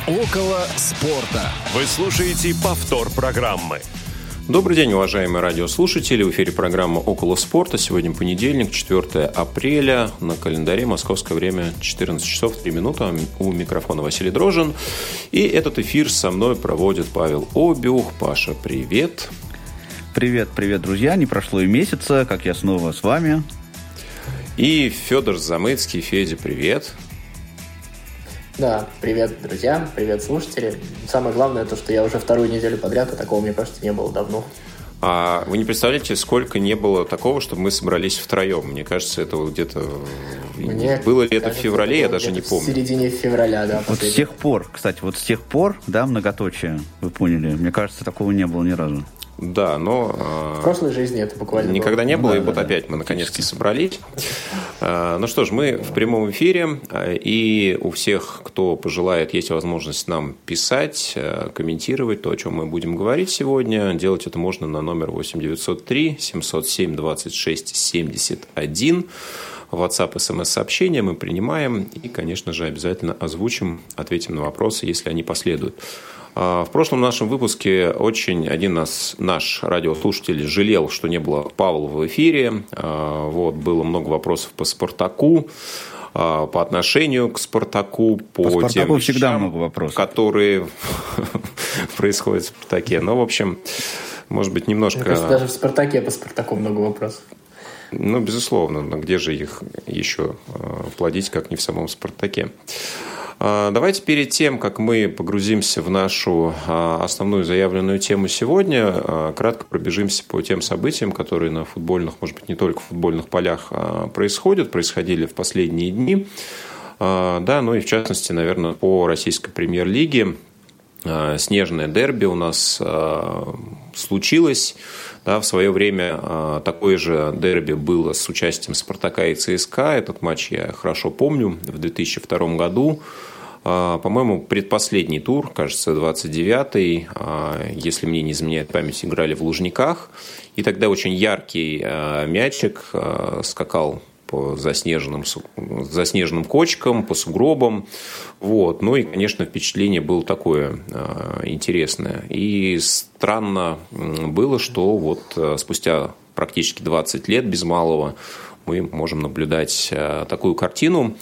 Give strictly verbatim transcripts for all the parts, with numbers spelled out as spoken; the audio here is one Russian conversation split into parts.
Около спорта. Вы слушаете повтор программы. Добрый день, уважаемые радиослушатели. В эфире программа «Около спорта». Сегодня понедельник, четвёртое апреля. На календаре московское время четырнадцать часов три минуты. У микрофона Василий Дрожжин. И этот эфир со мной проводит Павел Обиух. Паша, привет. Привет, привет, друзья. Не прошло и месяца, как я снова с вами. И Федор Замыцкий. Федя, привет. Да, привет, друзья, привет, слушатели. Самое главное, то, что я уже вторую неделю подряд, а такого, мне кажется, не было давно. А вы не представляете, сколько не было такого, чтобы мы собрались втроем? Мне кажется, это вот где-то... Мне было ли кажется, это в феврале, это я даже не помню. В середине февраля, да. Вот с тех пор, кстати, вот с тех пор, да, многоточие, вы поняли, мне кажется, такого не было ни разу. Да, но... В прошлой жизни это буквально никогда было. не было, да, и вот да, опять мы наконец-то собрались. Ну что ж, мы в прямом эфире, и у всех, кто пожелает, есть возможность нам писать, комментировать то, о чем мы будем говорить сегодня. Делать это можно на номер восемь девятьсот три семьсот семь двадцать шесть семьдесят один. WhatsApp, смс-сообщения мы принимаем и, конечно же, обязательно озвучим, ответим на вопросы, если они последуют. В прошлом нашем выпуске очень один нас, наш радиослушатель жалел, что не было Павла в эфире. Вот, было много вопросов по «Спартаку», по отношению к «Спартаку», по, по тем «Спартаку» всегда вещам, много вопросов, которые происходят в «Спартаке». Но, в общем, может быть, немножко... Мне кажется, даже в «Спартаке» по «Спартаку» много вопросов. Ну, безусловно, но где же их еще плодить, как не в самом «Спартаке». Давайте перед тем, как мы погрузимся в нашу основную заявленную тему сегодня, кратко пробежимся по тем событиям, которые на футбольных, может быть, не только в футбольных полях происходят, происходили в последние дни. Да, ну и в частности, наверное, по российской премьер-лиге. Снежное дерби у нас случилось. Да, в свое время такое же дерби было с участием «Спартака» и «ЦСКА». Этот матч я хорошо помню в две тысячи втором году. По-моему, предпоследний тур, кажется, двадцать девятый, если мне не изменяет память, играли в Лужниках. И тогда очень яркий мячик скакал по заснеженным, заснеженным кочкам, по сугробам. Вот. Ну и, конечно, впечатление было такое интересное. И странно было, что вот спустя практически двадцать лет без малого мы можем наблюдать такую картину.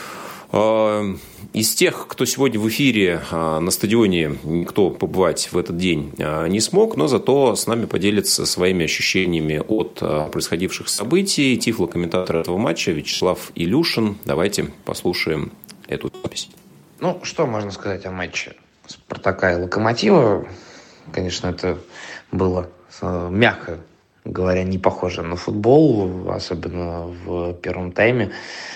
Из тех, кто сегодня в эфире на стадионе, никто побывать в этот день не смог, но зато с нами поделится своими ощущениями от происходивших событий тифлокомментатор этого матча Вячеслав Илюшин. Давайте послушаем эту запись. Ну, что можно сказать о матче «Спартака» и «Локомотива»? Конечно, это было, мягко говоря, не похоже на футбол, особенно в первом тайме.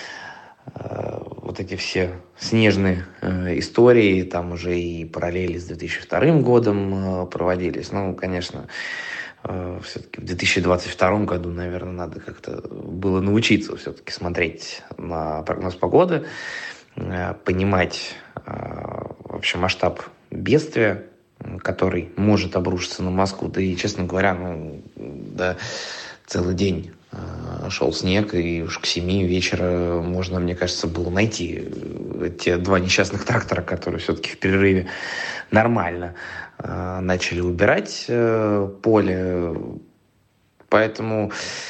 Вот эти все снежные истории, там уже и параллели с две тысячи вторым годом проводились. Ну, конечно, все-таки в две тысячи двадцать втором году, наверное, надо как-то было научиться все-таки смотреть на прогноз погоды, понимать вообще масштаб бедствия, который может обрушиться на Москву. Да и, честно говоря, ну, да, целый день шел снег, и уж к семи вечера можно, мне кажется, было найти те два несчастных трактора, которые все-таки в перерыве нормально начали убирать поле. Поэтому,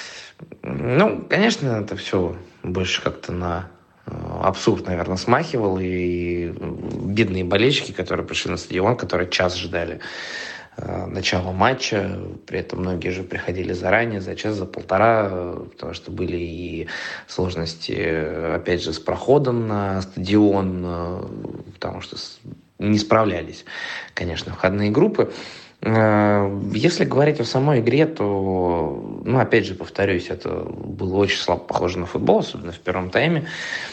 ну, конечно, это все больше как-то на абсурд, наверное, смахивал. И бедные болельщики, которые пришли на стадион, которые час ждали начала матча, при этом многие же приходили заранее, за час, за полтора, потому что были и сложности, опять же, с проходом на стадион, потому что не справлялись, конечно, входные группы. Если говорить о самой игре, то, ну, опять же, повторюсь, это было очень слабо похоже на футбол, особенно в первом тайме.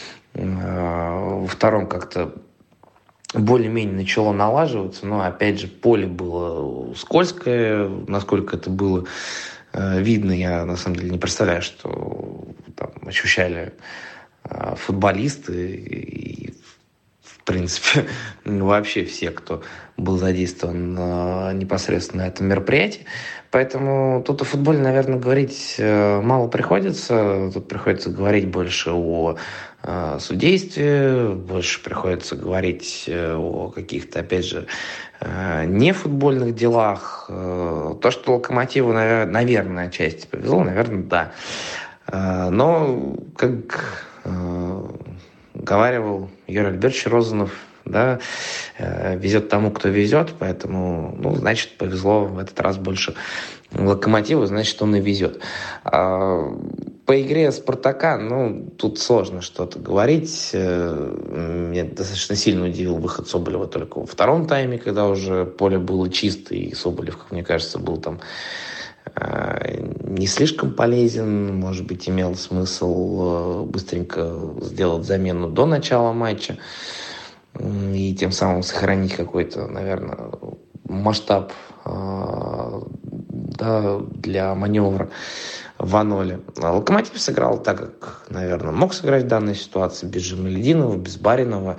Во втором как-то более-менее начало налаживаться, но, опять же, поле было скользкое, насколько это было видно, я, на самом деле, не представляю, что там ощущали футболисты, и в принципе, вообще все, кто был задействован э, непосредственно на этом мероприятии. Поэтому тут о футболе, наверное, говорить э, мало приходится. Тут приходится говорить больше о э, судействе, больше приходится говорить э, о каких-то, опять же, э, нефутбольных делах. Э, то, что Локомотиву, наверное, отчасти повезло, наверное, да. Э, но, как э, говаривал Юрий Альбертович Розанов, да, э, везет тому, кто везет, поэтому, ну, значит, повезло в этот раз больше Локомотиву, значит, он и везет. А по игре Спартака, ну, тут сложно что-то говорить. Меня достаточно сильно удивил выход Соболева только во втором тайме, когда уже поле было чисто, и Соболев, как мне кажется, был там не слишком полезен. Может быть, имел смысл быстренько сделать замену до начала матча и тем самым сохранить какой-то, наверное, масштаб, да, для маневра в Аноле. Локомотив сыграл так, как, наверное, мог сыграть в данной ситуации, без Жамалединова, без Баринова.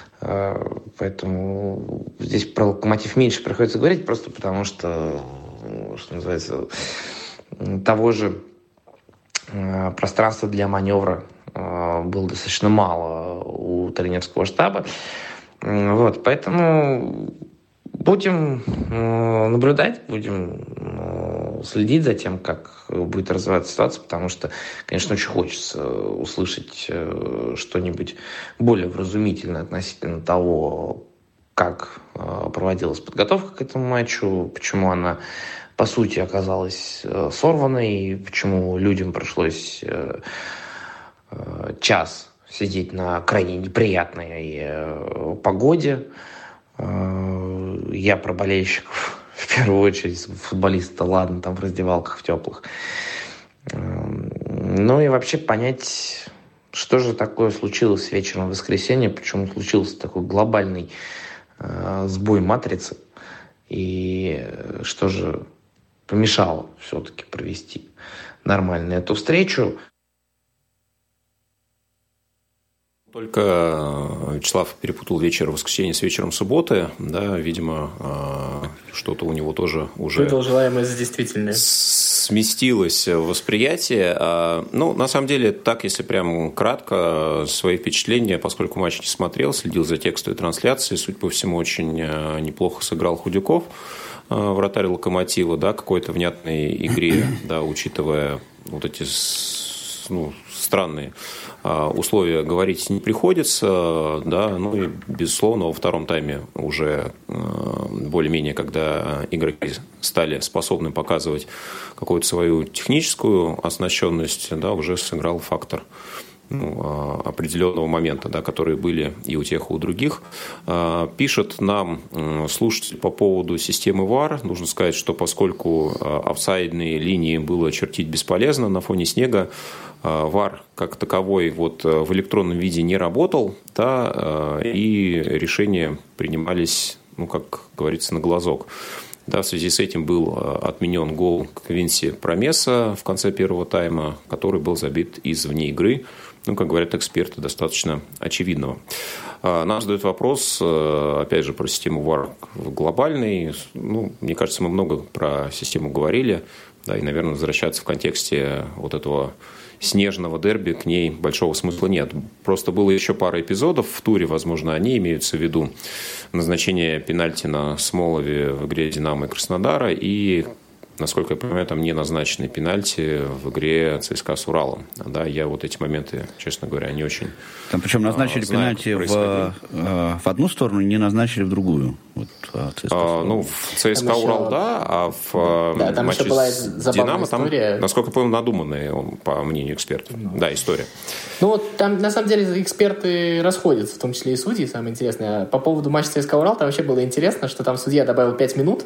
Поэтому здесь про Локомотив меньше приходится говорить, просто потому что, что называется, того же пространства для маневра было достаточно мало у тренерского штаба. Вот, поэтому будем наблюдать, будем следить за тем, как будет развиваться ситуация, потому что, конечно, очень хочется услышать что-нибудь более вразумительное относительно того, как проводилась подготовка к этому матчу, почему она, по сути, оказалась сорванной, почему людям пришлось час сидеть на крайне неприятной погоде. Я про болельщиков, в первую очередь, футболиста, ладно, там в раздевалках в теплых. Ну и вообще понять, что же такое случилось вечером в воскресенье, почему случился такой глобальный э, сбой матрицы, и что же помешало все-таки провести нормально эту встречу. Только Вячеслав перепутал вечер воскресенья с вечером субботы, да, видимо, что-то у него тоже уже Выдал желаемое за действительное. Сместилось восприятие. Ну, на самом деле, так, если прям кратко, свои впечатления, поскольку матч не смотрел, следил за текстовой трансляцией, судя по всему, очень неплохо сыграл Худяков, вратарь Локомотива, да, какой-то внятной игре, да, учитывая вот эти, ну, странные условия, говорить не приходится, да, ну и, безусловно, во втором тайме уже более-менее, когда игроки стали способны показывать какую-то свою техническую оснащенность, да, уже сыграл фактор, ну, определенного момента, да, которые были и у тех, и у других. Пишет нам слушатель по поводу системы ВАР. Нужно сказать, что поскольку офсайдные линии было чертить бесполезно на фоне снега, ВАР как таковой вот в электронном виде не работал, да, и решения принимались, ну, как говорится, на глазок. Да, в связи с этим был отменен гол Квинси Промеса в конце первого тайма, который был забит из вне игры. Ну, как говорят эксперты, достаточно очевидного. Нам задают вопрос, опять же, про систему ВАР глобальный. Ну, мне кажется, мы много про систему говорили, да, и, наверное, возвращаться в контексте вот этого снежного дерби к ней большого смысла нет. Просто было еще пара эпизодов в туре, возможно, они имеются в виду. Назначение пенальти на Смолове в игре «Динамо» и Краснодара и, насколько я понимаю, там не назначены пенальти в игре ЦСКА с Уралом. Да, я вот эти моменты, честно говоря, не очень Там причем назначили знаю, пенальти в, в одну сторону, не назначили в другую. Вот, ЦСКА, а, ну, в ЦСКА Урал, еще... да, а в да, там матче с Динамо там, насколько я понял, надуманная, по мнению экспертов. Ну. Да, история. Ну, вот там, на самом деле, эксперты расходятся, в том числе и судьи, самое интересное. По поводу матча ЦСКА Урал, там вообще было интересно, что там судья добавил пять минут,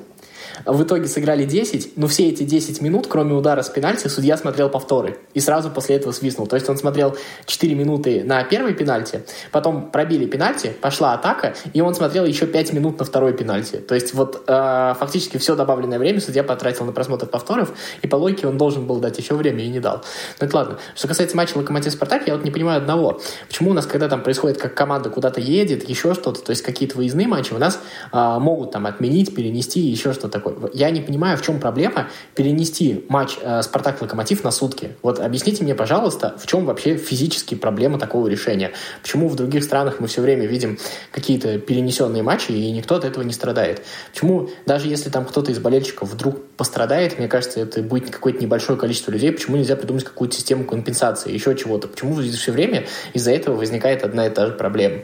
В итоге сыграли десять, но все эти десять минут, кроме удара с пенальти, судья смотрел повторы. И сразу после этого свистнул. То есть он смотрел четыре минуты на первой пенальти, потом пробили пенальти, пошла атака, и он смотрел еще пять минут на второй пенальти. То есть вот э, фактически все добавленное время судья потратил на просмотр повторов, и по логике он должен был дать еще время и не дал. Ну это ладно. Что касается матча Локомотив-Спартак, я вот не понимаю одного. Почему у нас, когда там происходит, как команда куда-то едет, еще что-то, то есть какие-то выездные матчи, у нас э, могут там отменить, перенести, еще что-то такое. Я не понимаю, в чем проблема перенести матч э, Спартак-Локомотив на сутки. Вот объясните мне, пожалуйста, в чем вообще физические проблемы такого решения? Почему в других странах мы все время видим какие-то перенесенные матчи, и никто от этого не страдает? Почему, даже если там кто-то из болельщиков вдруг пострадает, мне кажется, это будет какое-то небольшое количество людей, почему нельзя придумать какую-то систему компенсации, еще чего-то? Почему все время из-за этого возникает одна и та же проблема?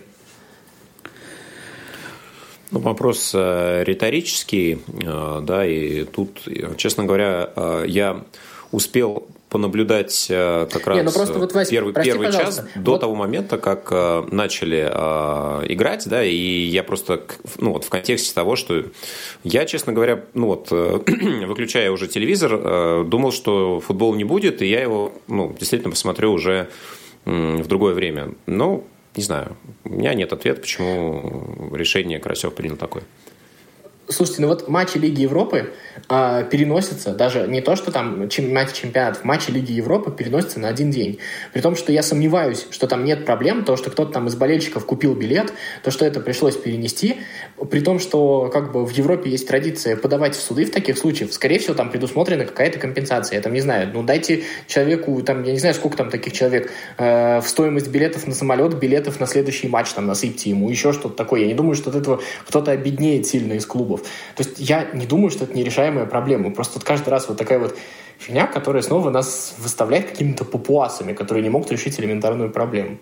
Ну, вопрос э, риторический, э, да, и тут, честно говоря, э, я успел понаблюдать э, как раз Не, ну просто вот, Вась, первый, прости, первый час до вот. того момента, как э, начали э, играть, да, и я просто, ну, вот в контексте того, что я, честно говоря, ну, вот, э, выключая уже телевизор, э, думал, что футбола не будет, и я его, ну, действительно посмотрю уже э, в другое время. Но не знаю, у меня нет ответа, почему решение Карасев принял такое. Слушайте, ну вот матчи Лиги Европы э, переносятся, даже не то, что там чем, матч чемпионатов, матчи Лиги Европы переносятся на один день. При том, что я сомневаюсь, что там нет проблем, то, что кто-то там из болельщиков купил билет, то, что это пришлось перенести, при том, что как бы в Европе есть традиция подавать в суды в таких случаях, скорее всего, там предусмотрена какая-то компенсация. Я там не знаю, ну дайте человеку, там, я не знаю, сколько там таких человек, э, в стоимость билетов на самолет, билетов на следующий матч, там, насыпьте ему, еще что-то такое. Я не думаю, что от этого кто-то обеднеет сильно из клубов. То есть я не думаю, что это нерешаемая проблема. Просто вот каждый раз вот такая вот фигня, которая снова нас выставляет какими-то папуасами, которые не могут решить элементарную проблему.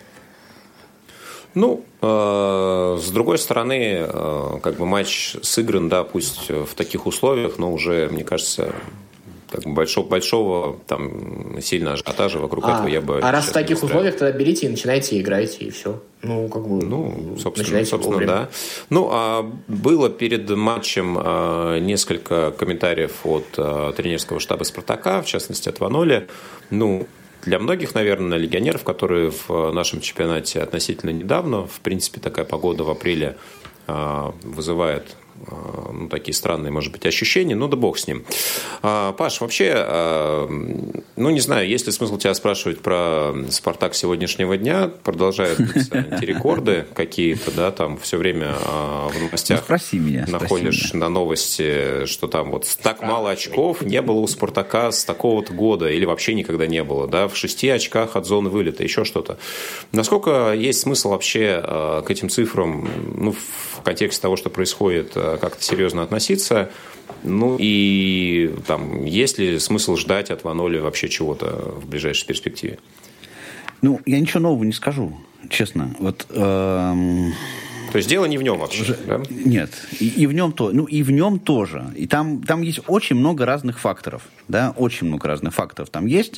Ну, э, с другой стороны, э, как бы матч сыгран, да, пусть в таких условиях, но уже, мне кажется, как бы большого, большого там сильно ажиотажа вокруг а, этого я бы... А раз в таких условиях, тогда берите и начинайте, играйте, и все. Ну, как бы... Ну, собственно, собственно да. Ну, а было перед матчем а, несколько комментариев от а, тренерского штаба «Спартака», в частности, от Ваноли. Ну, для многих, наверное, легионеров, которые в нашем чемпионате относительно недавно, в принципе, такая погода в апреле а, вызывает... ну, такие странные, может быть, ощущения, ну да бог с ним. А, Паш, вообще, а, ну не знаю, есть ли смысл тебя спрашивать про «Спартак» сегодняшнего дня? Продолжают быть антирекорды какие-то, да, там все время а, в новостях ну, спроси меня, находишь спроси меня. на новости, что там вот так мало очков не было у «Спартака» с такого-то года, или вообще никогда не было, да, в шести очках от зоны вылета, еще что-то. Насколько есть смысл вообще а, к этим цифрам, ну, в контексте того, что происходит, как-то серьезно относиться. Ну и там, есть ли смысл ждать от Ваноли вообще чего-то в ближайшей перспективе? Ну, я ничего нового не скажу, честно. Вот, эм... То есть дело не в нем вообще, Ж... да? Нет, и, и в нем то, ну и в нем тоже. И там, там есть очень много разных факторов, да, очень много разных факторов. Там есть,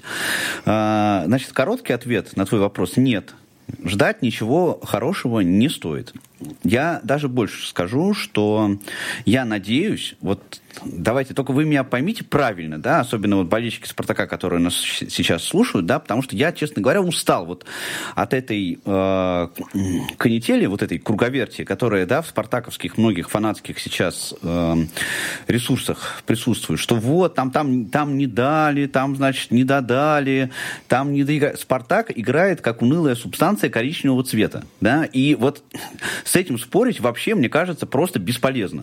э, значит, короткий ответ на твой вопрос: нет. Ждать ничего хорошего не стоит. Я даже больше скажу, что я надеюсь, вот давайте, только вы меня поймите правильно, да, особенно вот болельщики «Спартака», которые нас сейчас слушают, да, потому что я, честно говоря, устал вот от этой э, канители, вот этой круговерти, которая, да, в спартаковских многих фанатских сейчас э, ресурсах присутствует, что вот, там, там, там не дали, там, значит, не додали, там не доиграли. «Спартак» играет как унылая субстанция коричневого цвета, да, и вот с этим спорить вообще, мне кажется, просто бесполезно.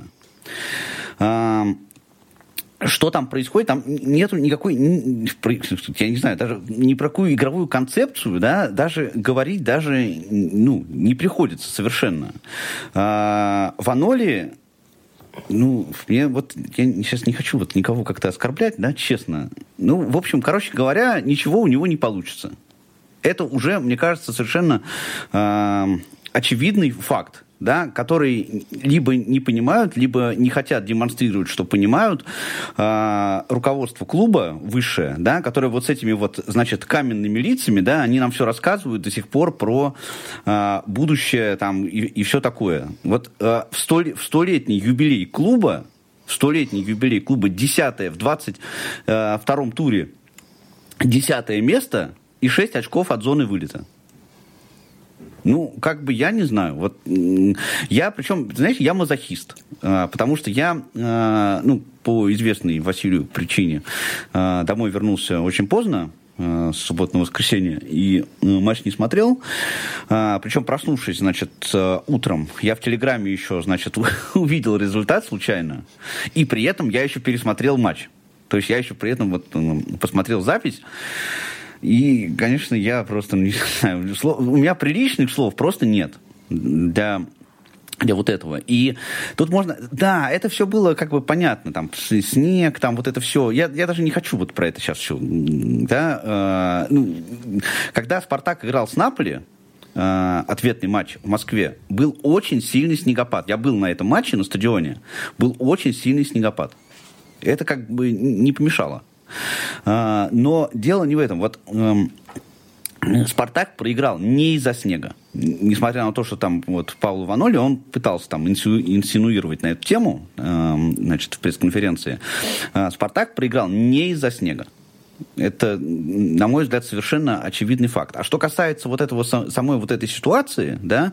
Что там происходит? Там нету никакой, я не знаю, даже ни про какую игровую концепцию, да, даже говорить даже, ну, не приходится совершенно. Ваноли, ну, мне вот, я сейчас не хочу вот никого как-то оскорблять, да, честно. Ну, в общем, короче говоря, ничего у него не получится. Это уже, мне кажется, совершенно э, очевидный факт, да, который либо не понимают, либо не хотят демонстрировать, что понимают, э, руководство клуба высшее, да, которое вот с этими вот, значит, каменными лицами, да, они нам все рассказывают до сих пор про э, будущее там и, и все такое. Вот э, в, сто, в столетний юбилей клуба, в столетний юбилей клуба, десятое в двадцать втором туре, десятое место и шесть очков от зоны вылета. Ну, как бы, я не знаю. Вот я, причем, знаете, я мазохист, потому что я, ну, по известной Василию причине, домой вернулся очень поздно, с субботы на воскресенье, и матч не смотрел. Причем, проснувшись, значит, утром, я в Телеграме еще, значит, увидел результат случайно, и при этом я еще пересмотрел матч. То есть я еще при этом вот посмотрел запись. И, конечно, я просто не знаю, слов, у меня приличных слов просто нет для, для вот этого. И тут можно... Да, это все было как бы понятно, там, снег, там, вот это все. Я, я даже не хочу вот про это сейчас все. Да, э, ну, когда «Спартак» играл с «Наполи», э, ответный матч в Москве, был очень сильный снегопад. Я был на этом матче на стадионе. Был очень сильный снегопад. Это как бы не помешало. Но дело не в этом. Вот эм, «Спартак» проиграл не из-за снега. Несмотря на то, что там вот Пауло Ваноли, он пытался там инсину, инсинуировать на эту тему, эм, значит, в пресс-конференции. «Спартак» проиграл не из-за снега. Это, на мой взгляд, совершенно очевидный факт. А что касается вот этого, самой вот этой ситуации, да,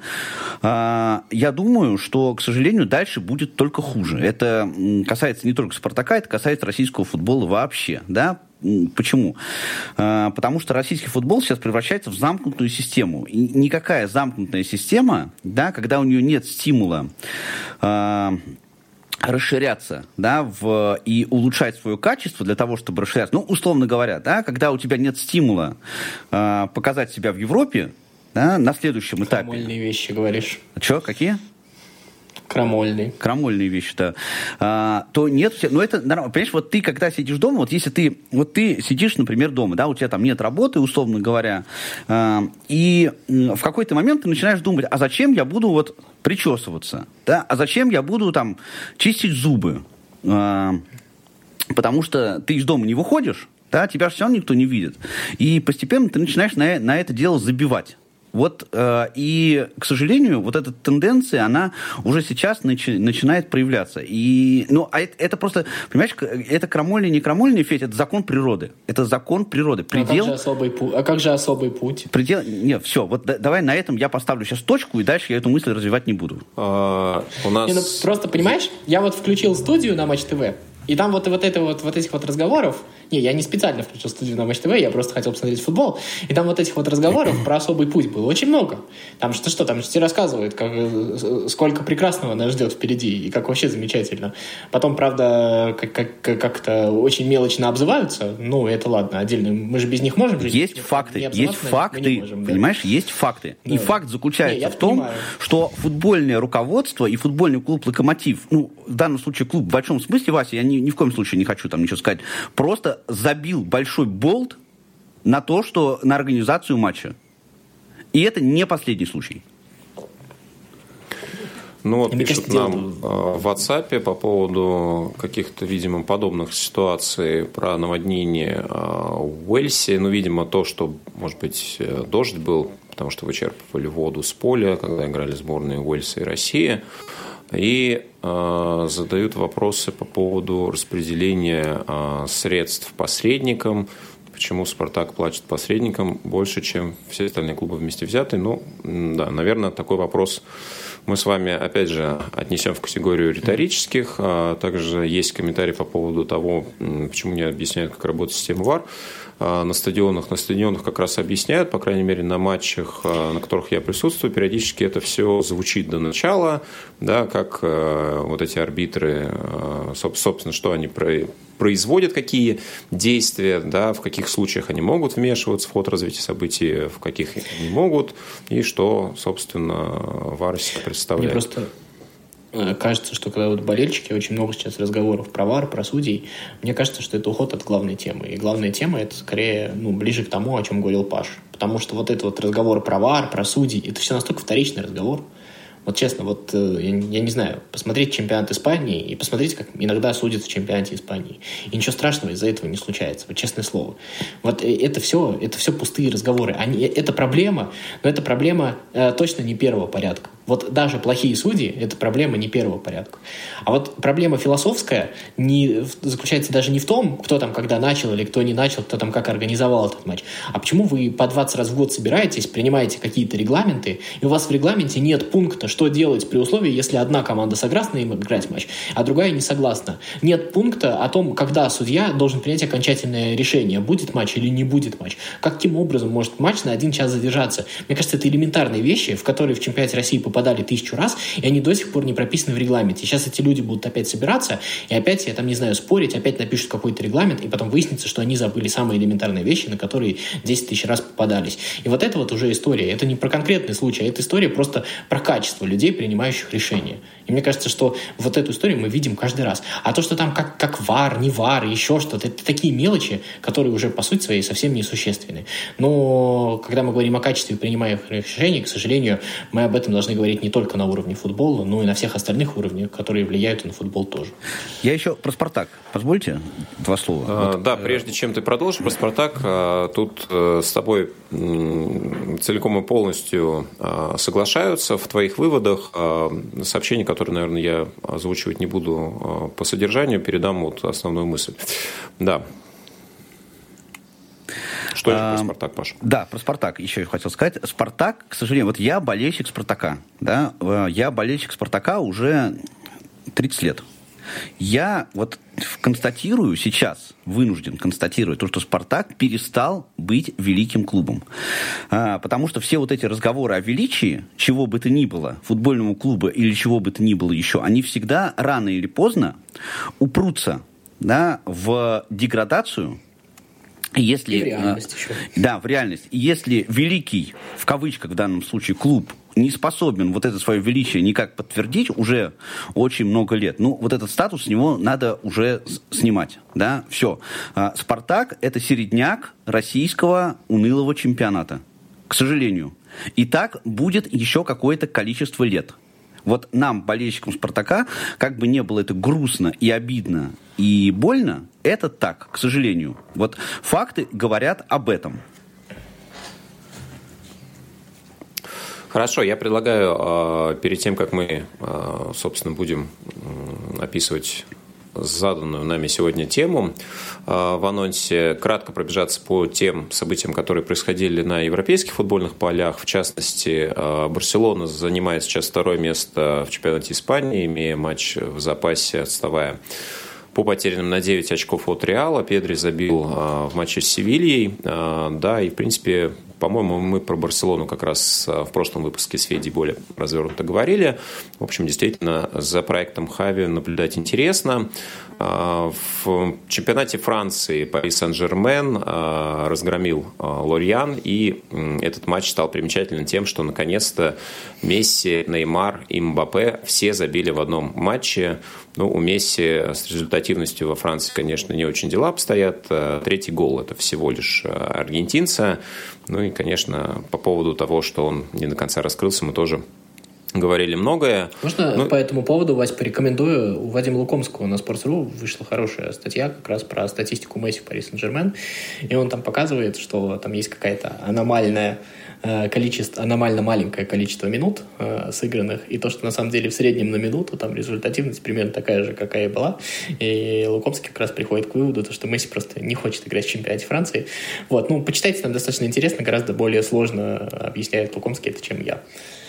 э, я думаю, что, к сожалению, дальше будет только хуже. Это касается не только «Спартака», это касается российского футбола вообще, да. Почему? Э, потому что российский футбол сейчас превращается в замкнутую систему. И никакая замкнутая система, да, когда у нее нет стимула э, расширяться, да, в, и улучшать свое качество для того, чтобы расширяться. Ну, условно говоря, да, когда у тебя нет стимула э, показать себя в Европе, да, на следующем этапе. Крамольные вещи говоришь. Че, какие? Крамольные. Крамольные вещи, да. А, то нет, ну это нормально. Понимаешь, вот ты, когда сидишь дома, вот если ты, вот ты сидишь, например, дома, да, у тебя там нет работы, условно говоря, а, и в какой-то момент ты начинаешь думать, а зачем я буду вот причесываться, да, а зачем я буду там чистить зубы, а, потому что ты из дома не выходишь, да, тебя же все равно никто не видит, и постепенно ты начинаешь на, на это дело забивать. Вот, э, и, к сожалению, вот эта тенденция, она уже сейчас начи- начинает проявляться. И, ну, а это, это просто, понимаешь, это крамольный, не крамольный эффект, это закон природы. Это закон природы. Предел... А, как же особый пу- а как же особый путь? Предел... Нет, все, вот да, давай на этом я поставлю сейчас точку, и дальше я эту мысль развивать не буду. А, у нас... Не, ну, просто, понимаешь, я вот включил студию на Матч ТВ, и там вот, вот, это вот, вот этих вот разговоров... Не, я не специально включил студию на Матч ТВ, я просто хотел посмотреть футбол. И там вот этих вот разговоров про особый путь было очень много. Там что, что там же тебе рассказывают, как, сколько прекрасного нас ждет впереди, и как вообще замечательно. Потом, правда, как, как, как-то очень мелочно обзываются. Ну, это ладно, отдельно. Мы же без них можем жить. Есть факты, есть факты, можем, понимаешь, да? Есть факты. Да. И факт заключается не, в том, понимаю. Что футбольное руководство и футбольный клуб «Локомотив», ну, в данном случае клуб в большом смысле, Вася, я ни, ни в коем случае не хочу там ничего сказать, просто забил большой болт на то, что на организацию матча. И это не последний случай. Ну вот пишут нам в WhatsApp по поводу каких-то, видимо, подобных ситуаций про наводнение в Уэльсе. Ну, видимо, то, что, может быть, дождь был, потому что вычерпывали воду с поля, когда играли сборные Уэльса и России. И э, задают вопросы по поводу распределения э, средств посредникам. Почему «Спартак» платит посредникам больше, чем все остальные клубы вместе взятые? Ну, да, наверное, такой вопрос мы с вами, опять же, отнесем в категорию риторических. А также есть комментарий по поводу того, почему не объясняют, как работает система ВАР. На стадионах, на стадионах как раз объясняют, по крайней мере, на матчах, на которых я присутствую, периодически это все звучит до начала, да, как вот эти арбитры, собственно, что они производят, какие действия, да, в каких случаях они могут вмешиваться в ход развития событий, в каких не могут, и что, собственно, ВАР себя представляет. Мне просто кажется, что когда вот болельщики, очень много сейчас разговоров про ВАР, про судей, мне кажется, что это уход от главной темы. И главная тема – это скорее, ну, ближе к тому, о чем говорил Паш. Потому что вот это вот разговор про ВАР, про судей, это все настолько вторичный разговор. Вот честно, вот я, я не знаю, посмотреть чемпионат Испании и посмотреть, как иногда судят в чемпионате Испании. И ничего страшного из-за этого не случается, вот честное слово. Вот это все, это все пустые разговоры. Они, это проблема, но это проблема э, точно не первого порядка. Вот даже плохие судьи – это проблема не первого порядка. А вот проблема философская не, заключается даже не в том, кто там когда начал или кто не начал, кто там как организовал этот матч. А почему вы по двадцать раз в год собираетесь, принимаете какие-то регламенты, и у вас в регламенте нет пункта, что делать при условии, если одна команда согласна им играть матч, а другая не согласна. Нет пункта о том, когда судья должен принять окончательное решение, будет матч или не будет матч. Каким образом может матч на один час задержаться? Мне кажется, это элементарные вещи, в которые в чемпионате России попадали тысячу раз, и они до сих пор не прописаны в регламенте. Сейчас эти люди будут опять собираться, и опять, я там не знаю, спорить, опять напишут какой-то регламент, и потом выяснится, что они забыли самые элементарные вещи, на которые десять тысяч раз попадались. И вот это вот уже история. Это не про конкретный случай, а это история просто про качество людей, принимающих решения. И мне кажется, что вот эту историю мы видим каждый раз. А то, что там как, как вар, не вар, еще что-то, это такие мелочи, которые уже по сути своей совсем несущественны. Но когда мы говорим о качестве принимаемых решений, к сожалению, мы об этом должны говорить не только на уровне футбола, но и на всех остальных уровнях, которые влияют на футбол тоже. Я еще про «Спартак». Позвольте два слова? А, вот. Да, прежде чем ты продолжишь про «Спартак», тут с тобой целиком и полностью соглашаются в твоих выводах. Сообщение, которое, наверное, я озвучивать не буду по содержанию, передам вот основную мысль. Да. Что еще про «Спартак», Паша? Да, про «Спартак» еще хотел сказать. «Спартак», к сожалению, вот я болельщик «Спартака». Да, я болельщик «Спартака» уже тридцать лет. Я вот констатирую сейчас, вынужден констатировать то, что «Спартак» перестал быть великим клубом. А, потому что все вот эти разговоры о величии, чего бы то ни было, футбольного клуба или чего бы то ни было еще, они всегда рано или поздно упрутся, да, в деградацию. Если, и в реальность еще. Да, в реальность. И если великий, в кавычках в данном случае, клуб не способен вот это свое величие никак подтвердить уже очень много лет, ну, вот этот статус с него надо уже снимать, да, все. А, «Спартак» — это середняк российского унылого чемпионата, к сожалению. И так будет еще какое-то количество лет. Вот нам, болельщикам «Спартака», как бы не было это грустно и обидно и больно, это так, к сожалению. Вот факты говорят об этом. Хорошо, я предлагаю, перед тем, как мы, собственно, будем описывать заданную нами сегодня тему в анонсе, кратко пробежаться по тем событиям, которые происходили на европейских футбольных полях. В частности, Барселона занимает сейчас второе место в чемпионате Испании, имея матч в запасе, отставая по потерянным на девять очков от Реала. Педри забил в матче с Севильей. Да, и, в принципе, по-моему, мы про Барселону как раз в прошлом выпуске с Федей более развернуто говорили. В общем, действительно, за проектом Хави наблюдать интересно. В чемпионате Франции Пари Сен-Жермен разгромил Лорьян, и этот матч стал примечательным тем, что наконец-то Месси, Неймар и Мбаппе все забили в одном матче. Ну, у Месси с результативностью во Франции, конечно, не очень дела обстоят. Третий гол – это всего лишь аргентинца. Ну и, конечно, по поводу того, что он не до конца раскрылся, мы тоже говорили многое. Можно ну, по этому поводу, Вась, порекомендую. У Вадима Лукомского на Sports.ru вышла хорошая статья как раз про статистику Месси в Пари Сен-Жермен. И он там показывает, что там есть какая-то аномальная количество, аномально маленькое количество минут э, сыгранных, и то, что на самом деле в среднем на минуту там результативность примерно такая же, какая и была. И Лукомский как раз приходит к выводу, то, что Месси просто не хочет играть в чемпионате Франции. Вот. Ну, почитайте, там достаточно интересно, гораздо более сложно объясняет Лукомский это, чем я.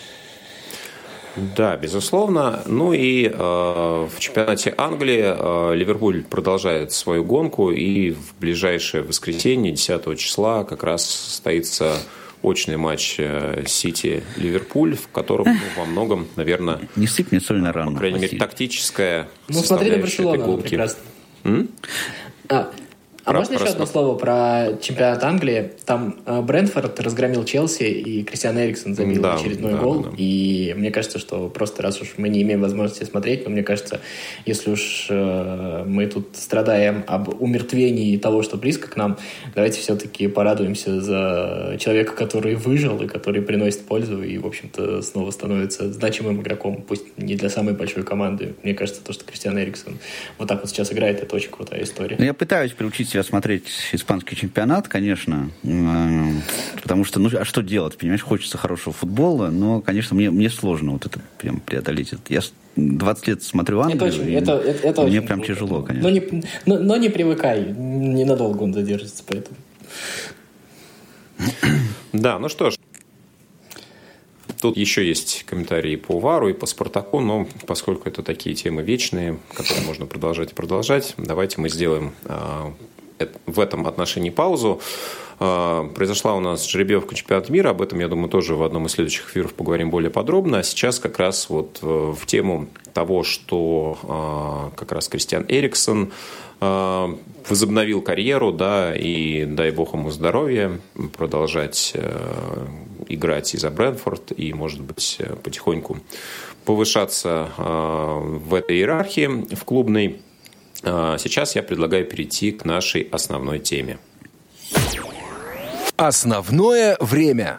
Да, безусловно. Ну и э, в чемпионате Англии э, Ливерпуль продолжает свою гонку, и в ближайшее воскресенье, десятого числа, как раз состоится очный матч Сити-Ливерпуль, в котором ну, во многом, наверное, не сыпь мне соль на рану, по крайней мере, тактическая ну, составляющая этой гонки. Прекрасно. М? А, А про, можно про еще одно слово про чемпионат Англии? Там э, Брентфорд разгромил Челси, и Кристиан Эриксон забил да, очередной да, гол. Да, да. И мне кажется, что просто раз уж мы не имеем возможности смотреть, но мне кажется, если уж э, мы тут страдаем об умертвении того, что близко к нам, давайте все-таки порадуемся за человека, который выжил и который приносит пользу и, в общем-то, снова становится значимым игроком, пусть не для самой большой команды. Мне кажется, то, что Кристиан Эриксон вот так вот сейчас играет, это очень крутая история. Я пытаюсь приучить тебя смотреть испанский чемпионат, конечно, потому что, ну, а что делать, понимаешь, хочется хорошего футбола, но, конечно, мне, мне сложно вот это прям преодолеть. Я двадцать лет смотрю Англию, это очень, это, это, это мне очень прям круто. тяжело, конечно. Но не, но, но не привыкай, ненадолго он задержится, поэтому. Да, ну что ж. Тут еще есть комментарии по ВАРу и по Спартаку, но поскольку это такие темы вечные, которые можно продолжать и продолжать, давайте мы сделаем э, в этом отношении паузу. Э, произошла у нас жеребьевка чемпионата мира, об этом, я думаю, тоже в одном из следующих эфиров поговорим более подробно. А сейчас как раз вот э, в тему того, что э, как раз Кристиан Эриксон э, возобновил карьеру, да, и дай бог ему здоровья, продолжать э, играть и за Брэнфорд, и, может быть, потихоньку повышаться э, в этой иерархии в клубной. Э, сейчас я предлагаю перейти к нашей основной теме. Основное время.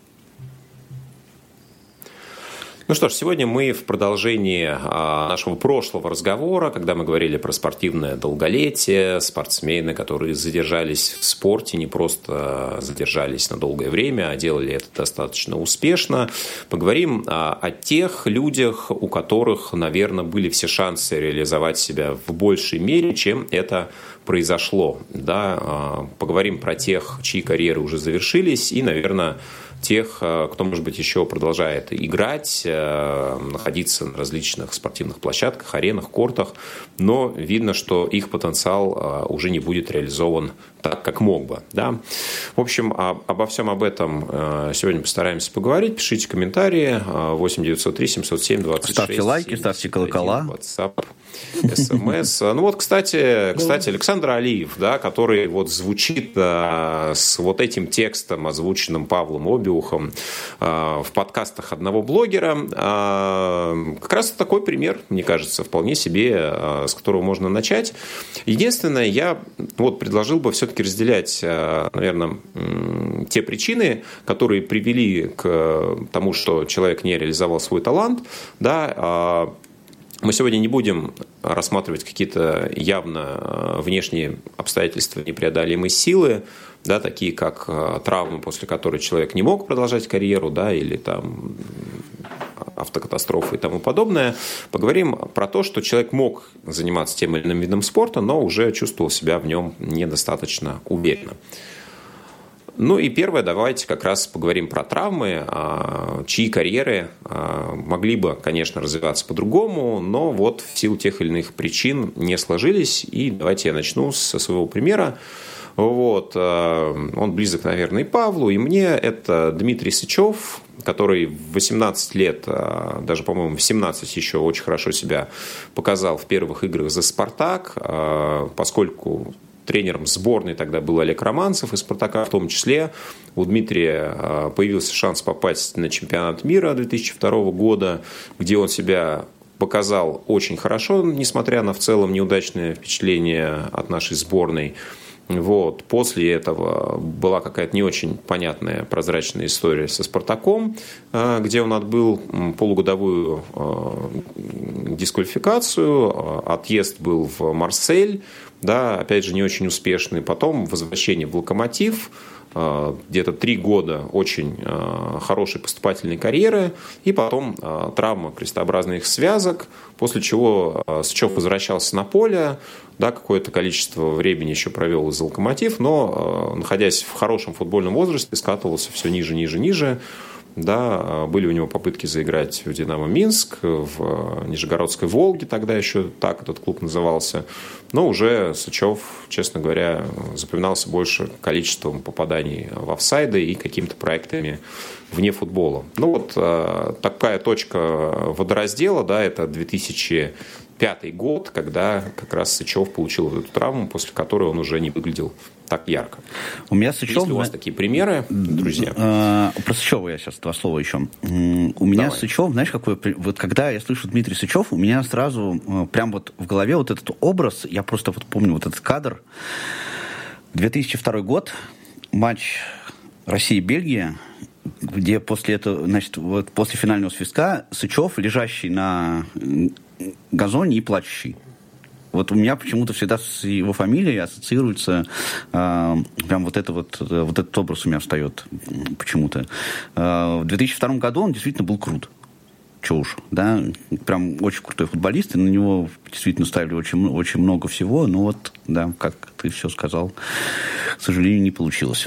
Ну что ж, сегодня мы в продолжении а, нашего прошлого разговора, когда мы говорили про спортивное долголетие, спортсмены, которые задержались в спорте, не просто задержались на долгое время, а делали это достаточно успешно, поговорим а, о тех людях, у которых, наверное, были все шансы реализовать себя в большей мере, чем это произошло. Да? А, поговорим про тех, чьи карьеры уже завершились, и, наверное, тех, кто, может быть, еще продолжает играть, находиться на различных спортивных площадках, аренах, кортах, но видно, что их потенциал уже не будет реализован так, как мог бы. Да? В общем, обо всем об этом сегодня постараемся поговорить. Пишите комментарии. восемь девятьсот три семьсот семь двадцать шесть. Ставьте лайки, ставьте колокола. WhatsApp, эс эм эс. Ну вот, кстати, кстати, Александр Алиев, да, который вот звучит а, с вот этим текстом, озвученным Павлом Обиухом а, в подкастах одного блогера, а, как раз такой пример, мне кажется, вполне себе, а, с которого можно начать. Единственное, я вот предложил бы все-таки разделять, а, наверное, те причины, которые привели к тому, что человек не реализовал свой талант, да. А, мы сегодня не будем рассматривать какие-то явно внешние обстоятельства непреодолимой силы, да, такие как травмы, после которой человек не мог продолжать карьеру, да, или там автокатастрофы и тому подобное. Поговорим про то, что человек мог заниматься тем или иным видом спорта, но уже чувствовал себя в нем недостаточно уверенно. Ну и первое, давайте как раз поговорим про травмы, чьи карьеры могли бы, конечно, развиваться по-другому, но вот в силу тех или иных причин не сложились. И давайте я начну со своего примера. Вот. Он близок, наверное, и Павлу, и мне. Это Дмитрий Сычев, который в восемнадцать лет, даже, по-моему, в семнадцать еще очень хорошо себя показал в первых играх за «Спартак», поскольку тренером сборной тогда был Олег Романцев из «Спартака», в том числе у Дмитрия появился шанс попасть на чемпионат мира две тысячи второго года, где он себя показал очень хорошо, несмотря на в целом неудачное впечатление от нашей сборной. Вот. После этого была какая-то не очень понятная прозрачная история со «Спартаком», где он отбыл полугодовую дисквалификацию, отъезд был в Марсель, да, опять же, не очень успешный. Потом возвращение в «Локомотив», где-то три года очень хорошей поступательной карьеры, и потом травма крестообразных связок, после чего Сычев возвращался на поле, да, какое-то количество времени еще провел из «Локомотив», но, находясь в хорошем футбольном возрасте, скатывался все ниже, ниже, ниже. Да, были у него попытки заиграть в «Динамо Минск», в Нижегородской «Волге», тогда еще так этот клуб назывался. Но уже Сычев, честно говоря, запоминался больше количеством попаданий в офсайды и какими-то проектами вне футбола. Ну вот такая точка водораздела, да, это две тысячи пятый год, когда как раз Сычев получил эту травму, после которой он уже не выглядел так ярко. У меня Сычев... Есть ли у вас такие примеры, друзья? Про Сычева я сейчас два слова еще. У меня Давай. Сычев, знаешь, какой... Вот когда я слышу Дмитрий Сычев, у меня сразу прям вот в голове вот этот образ, я просто вот помню вот этот кадр. две тысячи второй год, матч Россия-Бельгия, где после этого, значит, вот после финального свистка Сычев, лежащий на газоне и плачущий. Вот у меня почему-то всегда с его фамилией ассоциируется э, прям вот, это вот, вот этот образ у меня встает почему-то. Э, в две тысячи втором году он действительно был крут. Чего уж, да, прям очень крутой футболист, и на него действительно ставили очень, очень много всего, но вот, да, как ты все сказал, к сожалению, не получилось.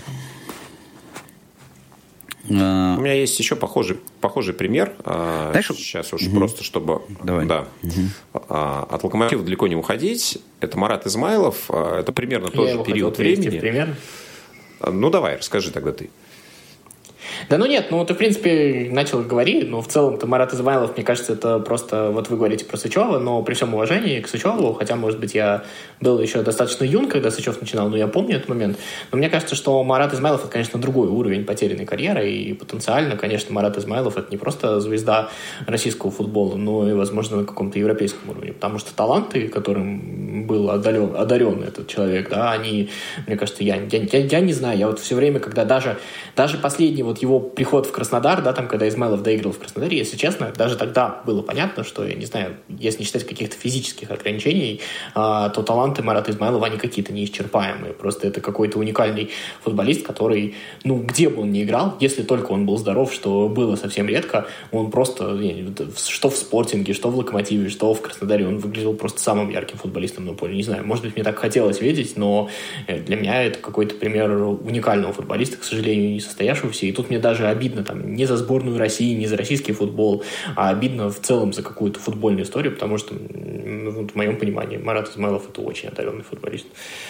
У меня есть еще похожий, похожий пример. Знаешь, сейчас уж угу. просто, чтобы Давай. Да, угу. от «Локомотива» далеко не уходить. Это Марат Измайлов. Это примерно тот же период времени. Пример. Ну, давай, расскажи тогда ты. Да ну нет, ну ты, в принципе, начал говорить, но в целом-то Марат Измайлов, мне кажется, это просто, вот вы говорите про Сычева, но при всем уважении к Сычеву, хотя, может быть, я был еще достаточно юн, когда Сычев начинал, но я помню этот момент, но мне кажется, что Марат Измайлов — это, конечно, другой уровень потерянной карьеры, и потенциально, конечно, Марат Измайлов — это не просто звезда российского футбола, но и, возможно, на каком-то европейском уровне, потому что таланты, которым был одарен, одарен этот человек, да, они, мне кажется, я, я, я, я не знаю, я вот все время, когда даже, даже последний вот его приход в Краснодар, да, там, когда Измайлов доиграл в Краснодаре, если честно, даже тогда было понятно, что, я не знаю, если не считать каких-то физических ограничений, а, то таланты Марата Измайлова, они какие-то неисчерпаемые. Просто это какой-то уникальный футболист, который, ну, где бы он ни играл, если только он был здоров, что было совсем редко, он просто, что в Спортинге, что в Локомотиве, что в Краснодаре, он выглядел просто самым ярким футболистом на поле. Не знаю, может быть, мне так хотелось видеть, но для меня это какой-то пример уникального футболиста, к сожалению, не состоявшегося. И тут мне даже обидно там не за сборную России, не за российский футбол, а обидно в целом за какую-то футбольную историю, потому что, ну, в моем понимании, Марат Измайлов — это очень одаренный футболист.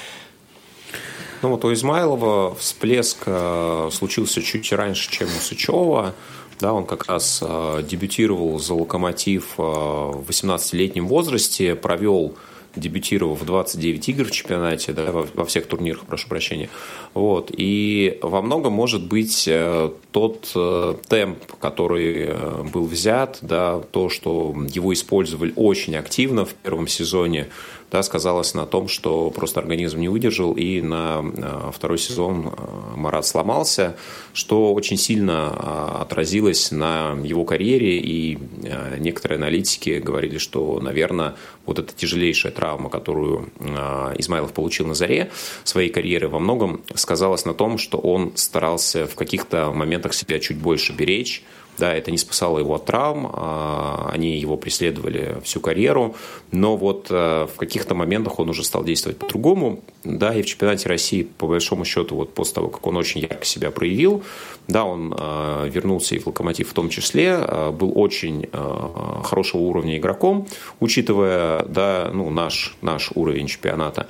Ну вот у Измайлова всплеск случился чуть раньше, чем у Сычева. Да, он как раз дебютировал за «Локомотив» в восемнадцатилетнем возрасте, провел дебютировав в двадцать девять игр в чемпионате, да, во, во всех турнирах, прошу прощения. Вот. И во многом может быть тот э, темп, который э, был взят, да, то, что его использовали очень активно в первом сезоне, да, сказалось на том, что просто организм не выдержал, и на э, второй сезон э, Марат сломался, что очень сильно э, отразилось на его карьере, и э, некоторые аналитики говорили, что, наверное, вот эта тяжелейшая травма, которую э, Измайлов получил на заре своей карьеры, во многом сказалось на том, что он старался в каких-то моментах себя чуть больше беречь. Да, это не спасало его от травм, они его преследовали всю карьеру, но вот в каких-то моментах он уже стал действовать по-другому, да, и в чемпионате России, по большому счету, вот после того, как он очень ярко себя проявил, да, он вернулся и в «Локомотив» в том числе, был очень хорошего уровня игроком, учитывая, да, ну, наш, наш уровень чемпионата,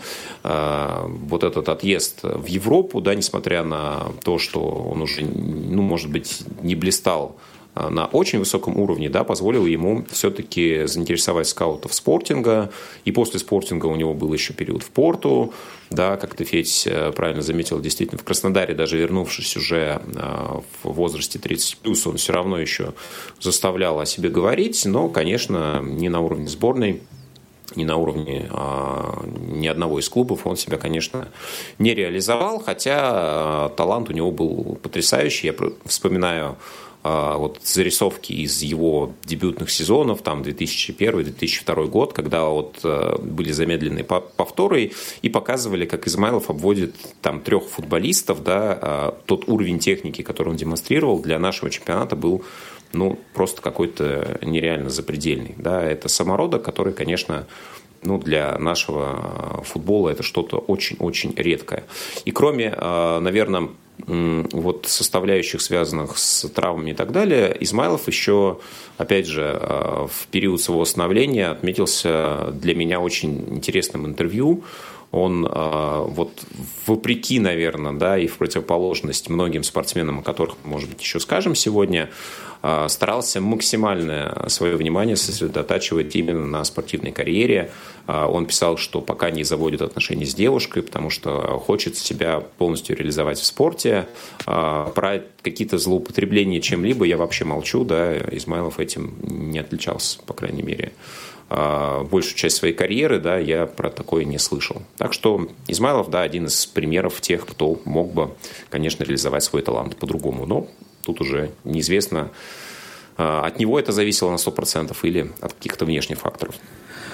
вот этот отъезд в Европу, да, несмотря на то, что он уже, ну, может быть, не блистал на очень высоком уровне, да, позволил ему все-таки заинтересовать скаутов Спортинга. И после Спортинга у него был еще период в Порту. Да, как ты, Федь, правильно заметил, действительно, в Краснодаре, даже вернувшись уже в возрасте тридцать плюс, он все равно еще заставлял о себе говорить, но, конечно, не на уровне сборной, не на уровне а, ни одного из клубов он себя, конечно, не реализовал, хотя а, талант у него был потрясающий. Я вспоминаю а, вот зарисовки из его дебютных сезонов, там две тысячи первый - две тысячи второй год, когда вот а, были замедленные повторы и показывали, как Измайлов обводит там трех футболистов, да, а, тот уровень техники, который он демонстрировал для нашего чемпионата, был, ну, просто какой-то нереально запредельный. Да. Это самородок, который, конечно, ну, для нашего футбола это что-то очень-очень редкое. И кроме, наверное, вот составляющих, связанных с травмами и так далее, Измайлов еще, опять же, в период своего становления отметился для меня очень интересным интервью. Он вот вопреки, наверное, да, и в противоположность многим спортсменам, о которых, может быть, еще скажем сегодня, старался максимально свое внимание сосредотачивать именно на спортивной карьере. Он писал, что пока не заводит отношения с девушкой, потому что хочет себя полностью реализовать в спорте. Про какие-то злоупотребления чем-либо я вообще молчу, да, Измайлов этим не отличался, по крайней мере. Большую часть своей карьеры, да, я про такое не слышал. Так что Измайлов, да, один из примеров тех, кто мог бы, конечно, реализовать свой талант по-другому. Но тут уже неизвестно, от него это зависело на сто процентов или от каких-то внешних факторов.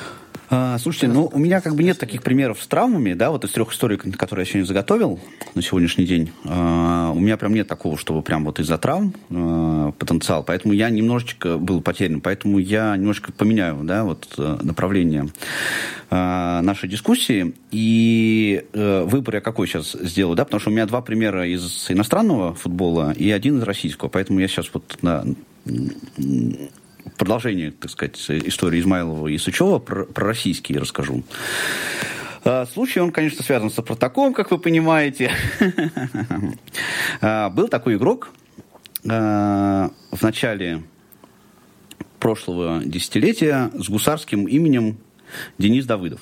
А, слушайте, ну, у меня как бы нет таких примеров с травмами, да, вот из трех историй, которые я сегодня заготовил на сегодняшний день, а, у меня прям нет такого, чтобы прям вот из-за травм а, потенциал, поэтому я немножечко был потерян, поэтому я немножко поменяю, да, вот направление а, нашей дискуссии, и а, выбор я какой сейчас сделаю, да, потому что у меня два примера из иностранного футбола и один из российского, поэтому я сейчас вот на... продолжение, так сказать, истории Измайлова и Сычева про, про российские расскажу. Случай, он, конечно, связан с Спартаком, как вы понимаете. Был такой игрок в начале прошлого десятилетия с гусарским именем Денис Давыдов.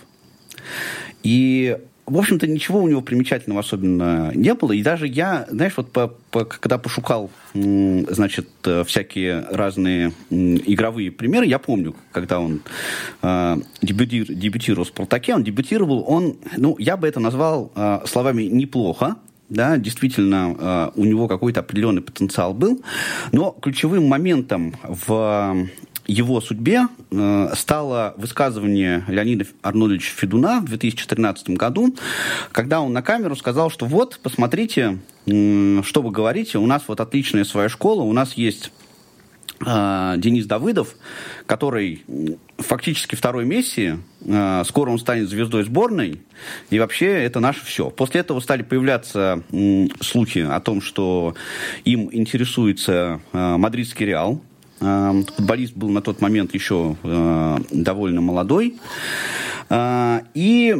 И в общем-то, ничего у него примечательного особенно не было. И даже я, знаешь, вот по, по, когда пошукал, значит, всякие разные игровые примеры, я помню, когда он э, дебютировал, дебютировал в «Спартаке», он дебютировал, он, ну, я бы это назвал э, словами «неплохо». Да, действительно, э, у него какой-то определенный потенциал был. Но ключевым моментом в его судьбе э, стало высказывание Леонида Арнольдовича Федуна в две тысячи тринадцатом году, когда он на камеру сказал, что вот, посмотрите, э, что вы говорите, у нас вот отличная своя школа, у нас есть э, Денис Давыдов, который фактически второй Месси, э, скоро он станет звездой сборной, и вообще это наше все. После этого стали появляться э, слухи о том, что им интересуется э, мадридский Реал. Футболист был на тот момент еще э, довольно молодой. Э, и,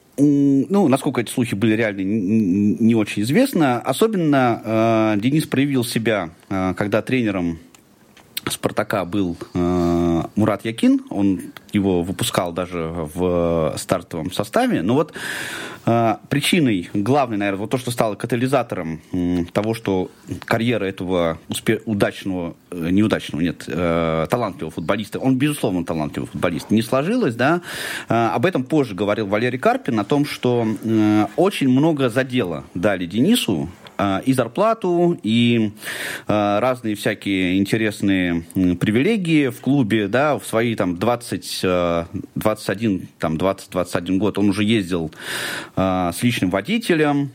ну, насколько эти слухи были реальны, не, не очень известно. Особенно э, Денис проявил себя, э, когда тренером «Спартака» был э, Мурат Якин. Он его выпускал даже в стартовом составе. Но вот э, причиной главной, наверное, вот то, что стало катализатором э, того, что карьера этого успе- удачного, э, неудачного, нет, э, талантливого футболиста, он, безусловно, талантливый футболист, не сложилось, да. Э, об этом позже говорил Валерий Карпин, о том, что э, очень много задела дали Денису, и зарплату, и э, разные всякие интересные э, привилегии в клубе, да, в свои там двадцать, двадцать один, там двадцать двадцать один год он уже ездил э, с личным водителем,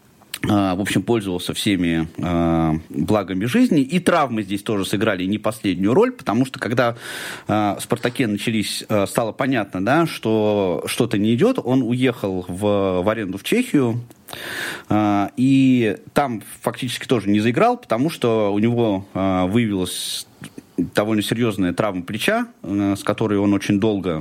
э, в общем, пользовался всеми э, благами жизни, и травмы здесь тоже сыграли не последнюю роль, потому что когда э, в «Спартаке» начались, э, стало понятно, да, что что-то не идет, он уехал в, в аренду в Чехию, и там фактически тоже не заиграл, потому что у него выявилась довольно серьезная травма плеча, с которой он очень долго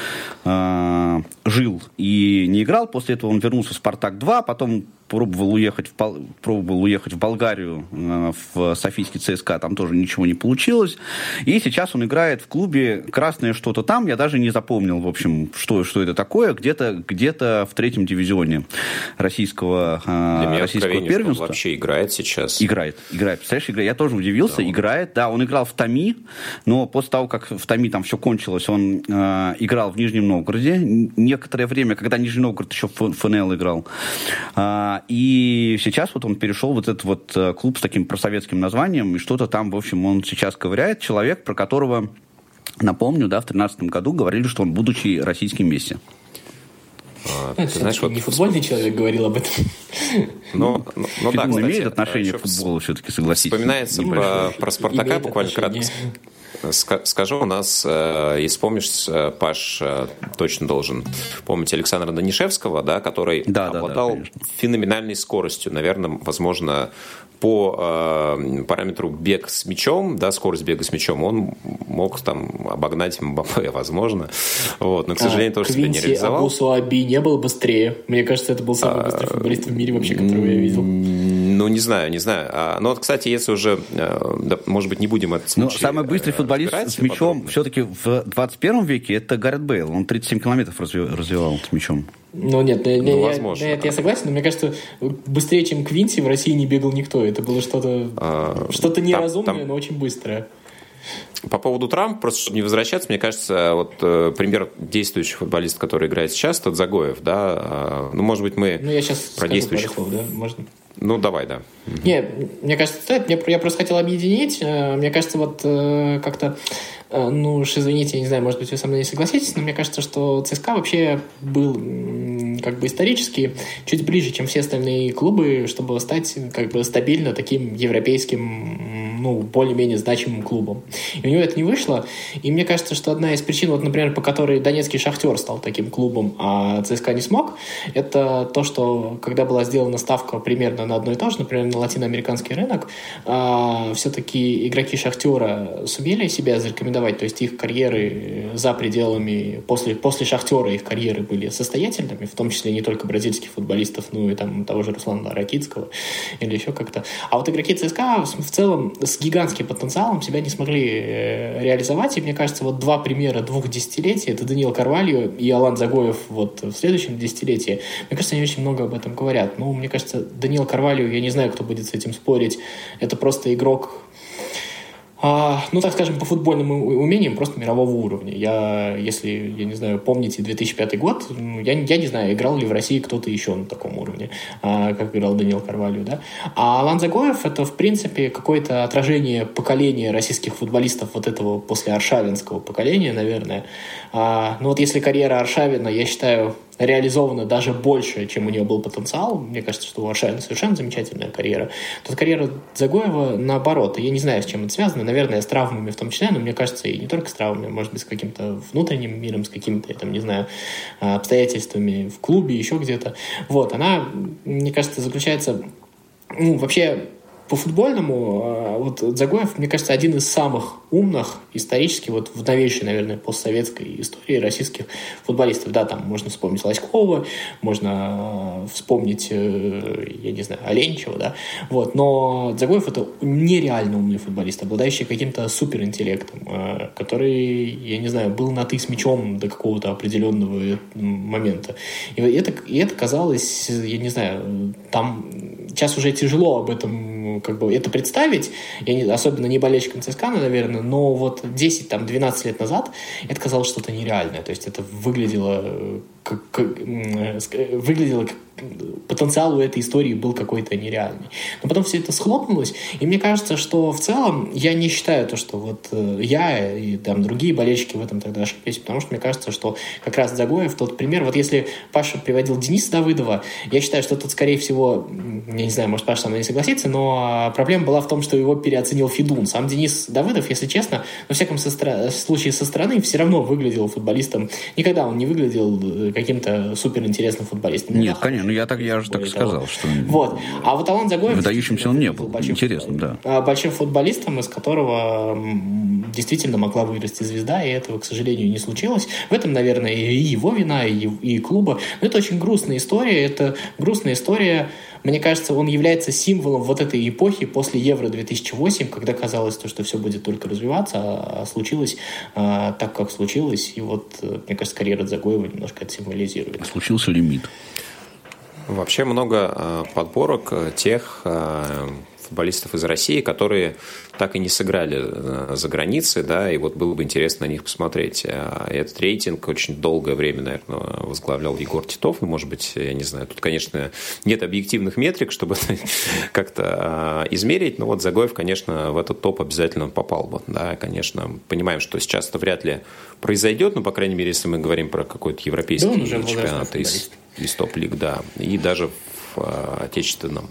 жил и не играл. После этого он вернулся в «Спартак-два», потом пробовал уехать в, пробовал уехать в Болгарию, в Софийский ЦСКА, там тоже ничего не получилось. И сейчас он играет в клубе «Красное что-то там». Я даже не запомнил, в общем, что, что это такое. Где-то, где-то в третьем дивизионе российского, российского первенства. Он вообще играет сейчас. Играет, играет. Представляешь, играет. Я тоже удивился. Да, играет. Да, он играл в ТОМИ, но после того, как в ТОМИ там все кончилось, он э, играл в Нижнем Новгороде. Некоторое время, когда Нижний Новгород еще в ФНЛ играл. Э, И сейчас вот он перешел в этот вот клуб с таким просоветским названием, и что-то там, в общем, он сейчас ковыряет. Человек, про которого, напомню, да, в тринадцатом году говорили, что он будущий российский Месси. А, ты это знаешь, вот не футбольный человек говорил об этом. Но, но, но да, кстати, имеет отношение к футболу, все-таки, согласитесь. Вспоминается про, про «Спартака» буквально кратко. Скажу, у нас, если помнишь, Паш точно должен помнить Александра Данишевского, да, который да, обладал да, да, феноменальной скоростью. Наверное, возможно, по э, параметру бег с мячом, да, скорость бега с мячом, он мог там обогнать Мбаппе, возможно. Вот, но, к сожалению, а, тоже себя не реализовал. Абу-Суаби не был быстрее. Мне кажется, это был самый быстрый а, футболист в мире вообще, которого я видел. Ну, не знаю, не знаю. А, ну, вот, кстати, если уже, да, может быть, не будем это случай, ну, самый быстрый футболист с мячом подробно. Все-таки в двадцать первом веке это Гарет Бейл. Он тридцать семь километров развивал с мячом. Ну, нет, ну, ну, я, возможно, я, да. я согласен, но мне кажется, быстрее, чем Квинси, в России не бегал никто. Это было что-то, а, что-то неразумное, там, там... но очень быстрое. По поводу травм, просто чтобы не возвращаться, мне кажется, вот э, пример действующий футболист, который играет сейчас, тот Загоев, да, э, ну, может быть, мы ну, я сейчас про действующих... Слов, да? Можно? Ну, давай, да. Не, мне кажется, стоит. Я просто хотел объединить. Мне кажется, вот как-то, ну уж извините, я не знаю, может быть, вы со мной не согласитесь, но мне кажется, что ЦСКА вообще был как бы исторически чуть ближе, чем все остальные клубы, чтобы стать как бы стабильно таким европейским, ну, более-менее значимым клубом. И у него это не вышло. И мне кажется, что одна из причин, вот, например, по которой Донецкий Шахтер стал таким клубом, а ЦСКА не смог, это то, что когда была сделана ставка примерно на одно и то же, например, на латиноамериканский рынок, а, все-таки игроки Шахтера сумели себя зарекомендовать, то есть их карьеры за пределами, после, после Шахтера их карьеры были состоятельными, в том числе не только бразильских футболистов, ну и там того же Руслана Ракицкого или еще как-то. А вот игроки ЦСКА в целом с гигантским потенциалом себя не смогли реализовать, и мне кажется, вот два примера двух десятилетий, это Даниил Карвальо и Алан Загоев вот в следующем десятилетии, мне кажется, они очень много об этом говорят. Ну, мне кажется, Даниил Карвальо, я не знаю, кто будет с этим спорить, это просто игрок, а, ну, так скажем, по футбольным умениям просто мирового уровня. Я, если, я не знаю, помните две тысячи пятый год, я, я не знаю, играл ли в России кто-то еще на таком уровне, а, как играл Даниил Карвальо, да. А Алан Загоев — это, в принципе, какое-то отражение поколения российских футболистов вот этого после аршавинского поколения, наверное. А, ну, вот если карьера Аршавина, я считаю, реализована даже больше, чем у нее был потенциал. Мне кажется, что у Аршавина совершенно замечательная карьера. Тут карьера Загоева наоборот. Я не знаю, с чем это связано. Наверное, с травмами в том числе, но мне кажется, и не только с травмами, может быть, с каким-то внутренним миром, с какими-то, там, не знаю, обстоятельствами в клубе, еще где-то. Вот, она, мне кажется, заключается... Ну, вообще... По-футбольному, вот Загоев, мне кажется, один из самых умных исторически, вот в новейшей, наверное, постсоветской истории российских футболистов. Да, там можно вспомнить Лоськова, можно вспомнить, я не знаю, Оленичева, да, вот, но Загоев — это нереально умный футболист, обладающий каким-то суперинтеллектом, который, я не знаю, был на «ты» с мячом до какого-то определенного момента. И это, и это казалось, я не знаю, там сейчас уже тяжело об этом как бы это представить, я не, особенно не болельщикам ЦСКА, наверное, но вот десять-двенадцать лет назад это казалось что-то нереальное, то есть это выглядело как, как, выглядело как потенциал у этой истории был какой-то нереальный. Но потом все это схлопнулось, и мне кажется, что в целом я не считаю то, что вот я и там другие болельщики в этом тогда ошиблись, потому что мне кажется, что как раз Загоев тот пример. Вот если Паша приводил Дениса Давыдова, я считаю, что тут, скорее всего, я не знаю, может, Паша со мной не согласится, но проблема была в том, что его переоценил Федун. Сам Денис Давыдов, если честно, во всяком со стра- случае со стороны все равно выглядел футболистом. Никогда он не выглядел каким-то суперинтересным футболистом. Нет, конечно. Ну, я, так, я же так и сказал, что... Вот. А вот Алан Загоев... Выдающимся он не был. Интересно, да. Большим футболистом, из которого действительно могла вырасти звезда, и этого, к сожалению, не случилось. В этом, наверное, и его вина, и, и клуба. Но это очень грустная история. Это грустная история. Мне кажется, он является символом вот этой эпохи после Евро две тысячи восемь, когда казалось, что все будет только развиваться, а случилось а, так, как случилось. И вот, мне кажется, карьера Загоева немножко это символизирует. Случился лимит. Вообще много э, подборок тех э, футболистов из России, которые так и не сыграли э, за границей, да, и вот было бы интересно на них посмотреть. Э, этот рейтинг очень долгое время, наверное, возглавлял Егор Титов, и, может быть, я не знаю, тут, конечно, нет объективных метрик, чтобы как-то э, измерить, но вот Загоев, конечно, в этот топ обязательно попал бы, да, конечно, понимаем, что сейчас это вряд ли произойдет, но, по крайней мере, если мы говорим про какой-то европейский да, чемпионат из из топ-лиг, да, и даже в а, отечественном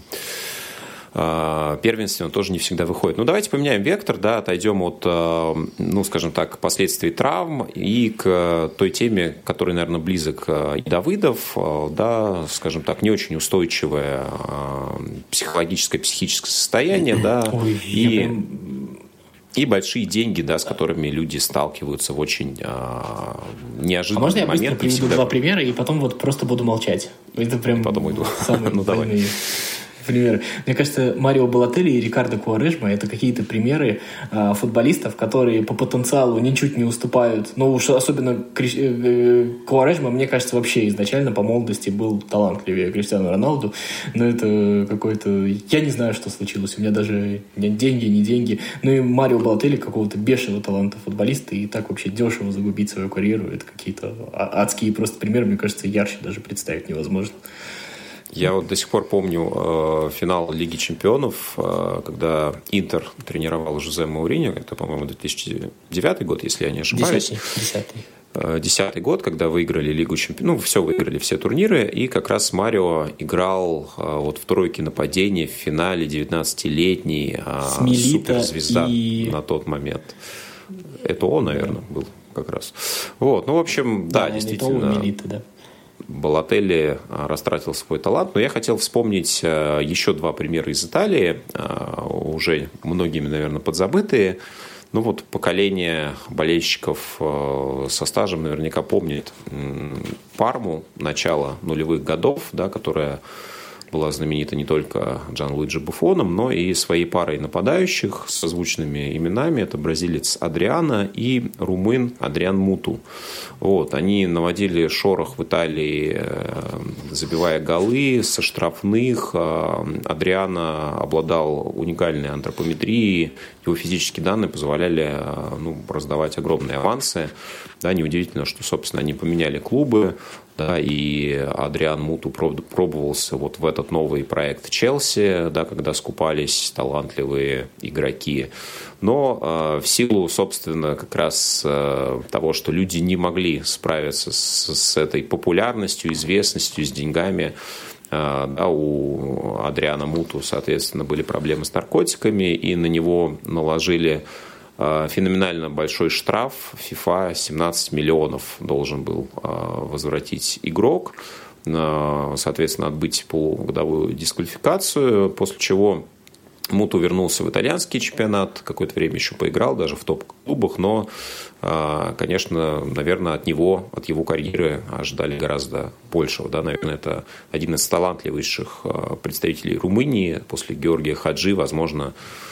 а, первенстве он тоже не всегда выходит. Ну, давайте поменяем вектор, да, отойдем от, а, ну, скажем так, последствий травм и к той теме, которой, наверное, близок а, Давыдов, а, да, скажем так, не очень устойчивое а, психологическое, психическое состояние, да, Ой, и... И большие деньги, да, с которыми люди сталкиваются в очень а, неожиданный момент. А можно я момент. быстро приведу всегда... два примера, и потом вот просто буду молчать? Это прям потом уйду. Самые ну, давай. Примеры. Мне кажется, Марио Балотелли и Рикардо Куарежма — это какие-то примеры э, футболистов, которые по потенциалу ничуть не уступают. Но уж особенно э, Куарежма, мне кажется, вообще изначально по молодости был талантливее Криштиану Роналду. Но это какой-то... Я не знаю, что случилось. У меня даже нет деньги, не деньги. Ну и Марио Балотелли какого-то бешеного таланта футболиста, и так вообще дешево загубить свою карьеру. Это какие-то адские просто примеры. Мне кажется, ярче даже представить невозможно. Я вот до сих пор помню э, финал Лиги Чемпионов, э, когда Интер тренировал Жозе Мауриньо, это, по-моему, две тысячи девятый год, если я не ошибаюсь. Десятый. Десятый год, когда выиграли Лигу Чемпионов, ну, все выиграли, все турниры, и как раз Марио играл э, вот в тройке нападений в финале, девятнадцатилетний, э, суперзвезда и... на тот момент. Это он, наверное, был как раз. Вот, ну, в общем, да, да действительно. Милита, да. Балотелли растратил свой талант. Но я хотел вспомнить еще два примера из Италии, уже многими, наверное, подзабытые. Ну вот поколение болельщиков со стажем наверняка помнит Парму начала нулевых годов, да, которая была знаменита не только Джанлуиджи Буффоном, но и своей парой нападающих с созвучными именами. Это бразилец Адриано и румын Адриан Муту. Вот. Они наводили шорох в Италии, забивая голы со штрафных. Адриано обладал уникальной антропометрией. Его физические данные позволяли, ну, раздавать огромные авансы. Да, неудивительно, что, собственно, они поменяли клубы. Да, и Адриан Муту пробовался вот в этот новый проект Челси, да, когда скупались талантливые игроки. Но э, в силу, собственно, как раз э, того, что люди не могли справиться с, с этой популярностью, известностью, с деньгами, э, да, у Адриана Муту, соответственно, были проблемы с наркотиками, и на него наложили феноменально большой штраф. ФИФА семнадцать миллионов должен был возвратить игрок, соответственно, отбыть полугодовую дисквалификацию, после чего Муту вернулся в итальянский чемпионат, какое-то время еще поиграл даже в топ-клубах, но, конечно, наверное, от него, от его карьеры ожидали гораздо большего. Да? Наверное, это один из талантливейших представителей Румынии после Георгия Хаджи, возможно,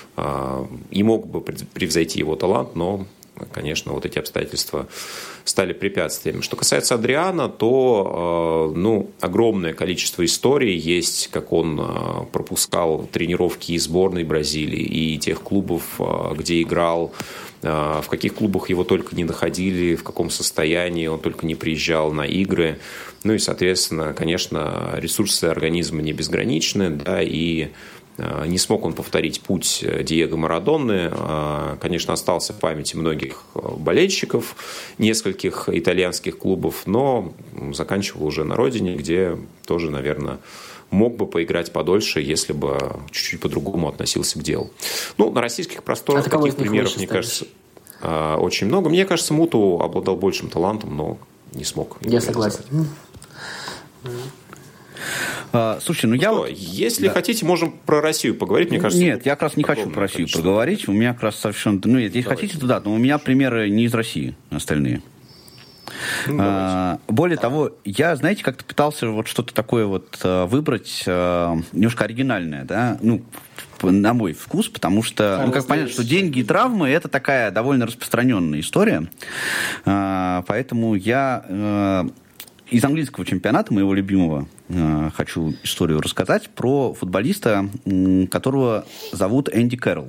и мог бы превзойти его талант, но, конечно, вот эти обстоятельства стали препятствием. Что касается Адриана, то ну, огромное количество историй есть, как он пропускал тренировки и сборной Бразилии, и тех клубов, где играл, в каких клубах его только не находили, в каком состоянии он только не приезжал на игры. Ну и, соответственно, конечно, ресурсы организма не безграничны, да, и не смог он повторить путь Диего Марадоны. Конечно, остался в памяти многих болельщиков нескольких итальянских клубов, но заканчивал уже на родине, где тоже, наверное, мог бы поиграть подольше, если бы чуть-чуть по-другому относился к делу. Ну, на российских просторах а таких примеров, мне кажется, очень много. Мне кажется, Муту обладал большим талантом, но не смог. Я согласен. Uh, слушай, ну, ну я... Что, если да. хотите, можем про Россию поговорить, мне кажется. Нет, я как раз не хочу про Россию количество. поговорить. У меня как раз совершенно... Ну, нет, если давайте. хотите, то да, но у меня примеры не из России, остальные. Ну, а, более того, я, знаете, как-то пытался вот что-то такое вот выбрать, немножко оригинальное, да, ну, на мой вкус, потому что, а ну, как понятно, что деньги и травмы – это такая довольно распространенная история. А, поэтому я... Из английского чемпионата, моего любимого, э, хочу историю рассказать про футболиста, э, которого зовут Энди Кэрролл.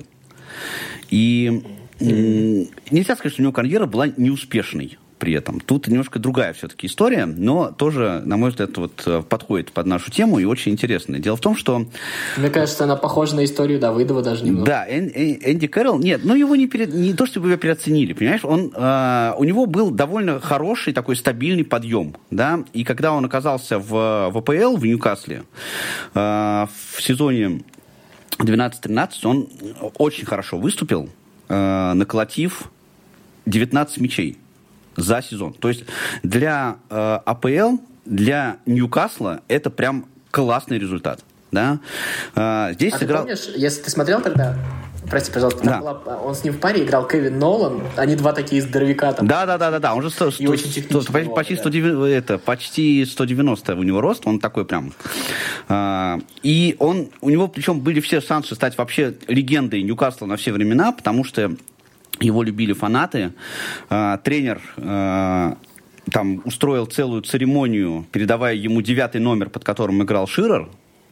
И э, нельзя сказать, что у него карьера была неуспешной при этом. Тут немножко другая все-таки история, но тоже, на мой взгляд, вот, подходит под нашу тему и очень интересная. Дело в том, что... Мне кажется, она похожа на историю Давыдова даже немного. Да, Эн, Эн, Энди Кэрролл, нет, ну его не, перед, не то, чтобы его переоценили, понимаешь, он, э, у него был довольно хороший такой стабильный подъем, да, и когда он оказался в, в АПЛ, в Ньюкасле, э, в сезоне двенадцать-тринадцать он очень хорошо выступил, э, наколотив девятнадцать мячей за сезон. То есть для э, АПЛ, для Ньюкасла это прям классный результат. Да? Э, здесь а сыграл... ты помнишь, если ты смотрел тогда, прости, пожалуйста, да. была, он с ним в паре играл Кевин Нолан, они два такие здоровяка там. Да, да, да, да, да. Он же сто, сто, сто, сто, почти, сто девяносто, это, почти сто девяносто у него рост, он такой прям. Э, и он, у него причем были все шансы стать вообще легендой Ньюкасла на все времена, потому что его любили фанаты. Э, тренер э, там устроил целую церемонию, передавая ему девятый номер, под которым играл Ширер.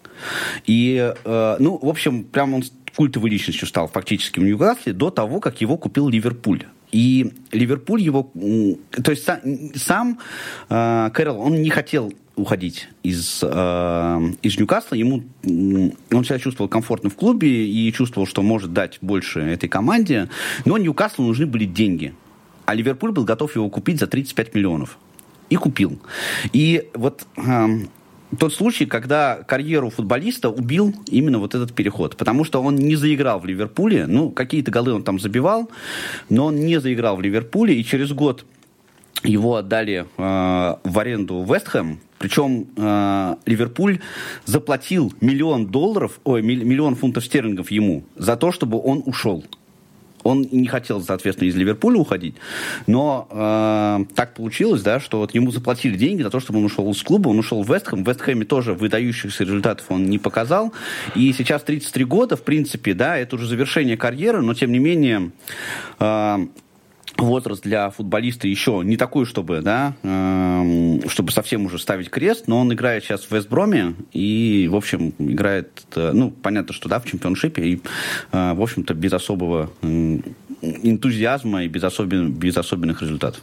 И, э, ну, в общем, прям он культовой личностью стал фактически в Ньюкасле до того, как его купил Ливерпуль. И Ливерпуль его... То есть сам, сам э, Кэрролл, он не хотел уходить из, э, из Ньюкасла. Ему, он себя чувствовал комфортно в клубе и чувствовал, что может дать больше этой команде. Но Ньюкаслу нужны были деньги. А Ливерпуль был готов его купить за тридцать пять миллионов. И купил. И вот... Э, тот случай, когда карьеру футболиста убил именно вот этот переход. Потому что он не заиграл в Ливерпуле. Ну, какие-то голы он там забивал, но он не заиграл в Ливерпуле. И через год его отдали э, в аренду в Вест Хэм. Причем э, Ливерпуль заплатил миллион долларов, ой, миллион фунтов стерлингов ему за то, чтобы он ушел. Он не хотел, соответственно, из Ливерпуля уходить, но э, так получилось, да, что вот ему заплатили деньги за то, чтобы он ушел из клуба, он ушел в Вест Хэм. В Вест Хэме тоже выдающихся результатов он не показал, и сейчас тридцать три года, в принципе, да, это уже завершение карьеры, но, тем не менее, э, возраст для футболиста еще не такой, чтобы, да, э, чтобы совсем уже ставить крест, но он играет сейчас в Вест-Броме и, в общем, играет, э, ну, понятно, что, да, в чемпионшипе и, э, в общем-то, без особого э, энтузиазма и без, особен, без особенных результатов.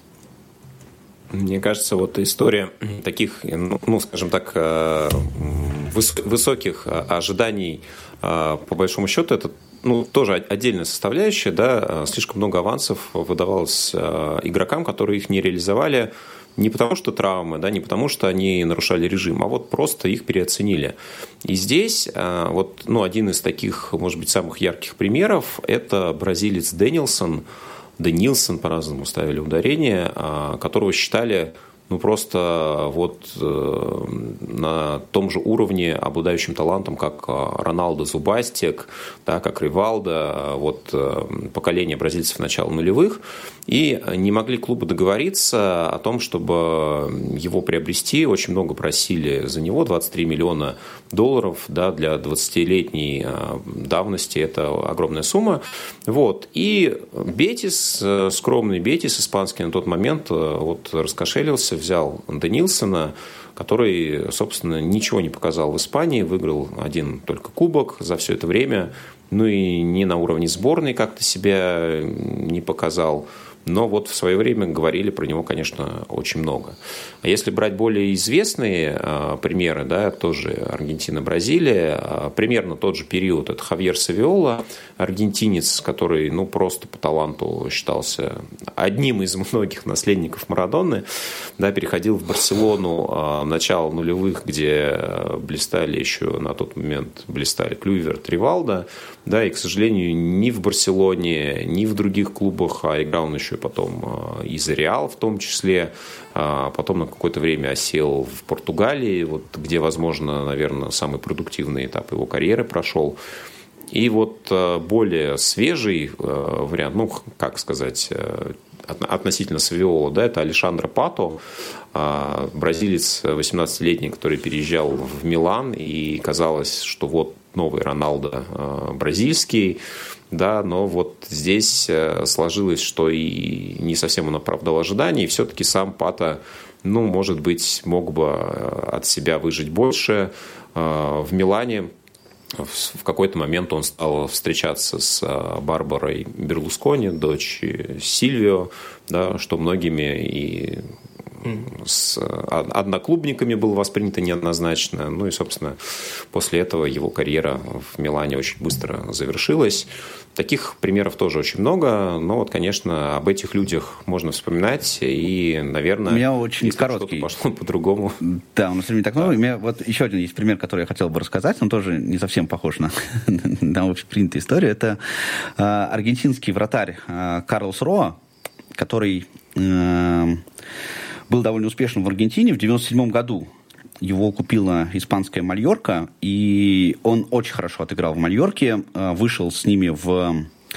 Мне кажется, вот история таких, ну, скажем так, высоких ожиданий, по большому счету, это, ну, тоже отдельная составляющая, да, слишком много авансов выдавалось игрокам, которые их не реализовали не потому, что травмы, да, не потому, что они нарушали режим, а вот просто их переоценили. И здесь вот, ну, один из таких, может быть, самых ярких примеров – это бразилец Дэнилсон, Денилсон, по-разному ставили ударение, которого считали, ну, просто вот э, на том же уровне, обладающим талантом, как Роналдо, Зубастик, да, как Ривалдо, вот э, поколение бразильцев начала нулевых, и не могли клубы договориться о том, чтобы его приобрести. Очень много просили за него, двадцать три миллиона долларов, да, для двадцатилетней давности, это огромная сумма. Вот. И Бетис, скромный Бетис, испанский на тот момент, вот, раскошелился, взял Денилсона, который, собственно, ничего не показал в Испании, выиграл один только кубок за все это время, ну и не на уровне сборной как-то себя не показал. Но вот в свое время говорили про него, конечно, очень много. А если брать более известные а, примеры, да, тоже Аргентина, Бразилия, а, примерно тот же период, это Хавьер Савиола, аргентинец, который, ну, просто по таланту считался одним из многих наследников Марадоны, да, переходил в Барселону а, начала нулевых, где блистали еще на тот момент блистали Клюйверт, Ривалдо, да, и, к сожалению, ни в Барселоне, ни в других клубах, а играл он еще потом и за Реал в том числе, потом на какое-то время осел в Португалии, вот, где, возможно, наверное, самый продуктивный этап его карьеры прошел. И вот более свежий вариант, ну, как сказать, относительно Савиола, да, это Алешандро Пато, бразилец восемнадцатилетний, который переезжал в Милан, и казалось, что вот новый Роналдо бразильский, да, но вот здесь сложилось, что и не совсем он оправдал ожидания, и все-таки сам Пато, ну, может быть, мог бы от себя выжить больше. В Милане в какой-то момент он стал встречаться с Барбарой Берлускони, дочь Сильвио, да, что многими и с одноклубниками было воспринято неоднозначно. Ну и, собственно, после этого его карьера в Милане очень быстро завершилась. Таких примеров тоже очень много, но вот, конечно, об этих людях можно вспоминать, и, наверное, у меня очень короткий. Что-то пошло по-другому. Да, у нас времени так много. Да. У меня вот еще один есть пример, который я хотел бы рассказать, он тоже не совсем похож на, на общепринятую историю. Это э, аргентинский вратарь э, Карлос Роа, который э, был довольно успешным в Аргентине в девяносто седьмом году. Его купила испанская Мальорка, и он очень хорошо отыграл в Мальорке, вышел с ними в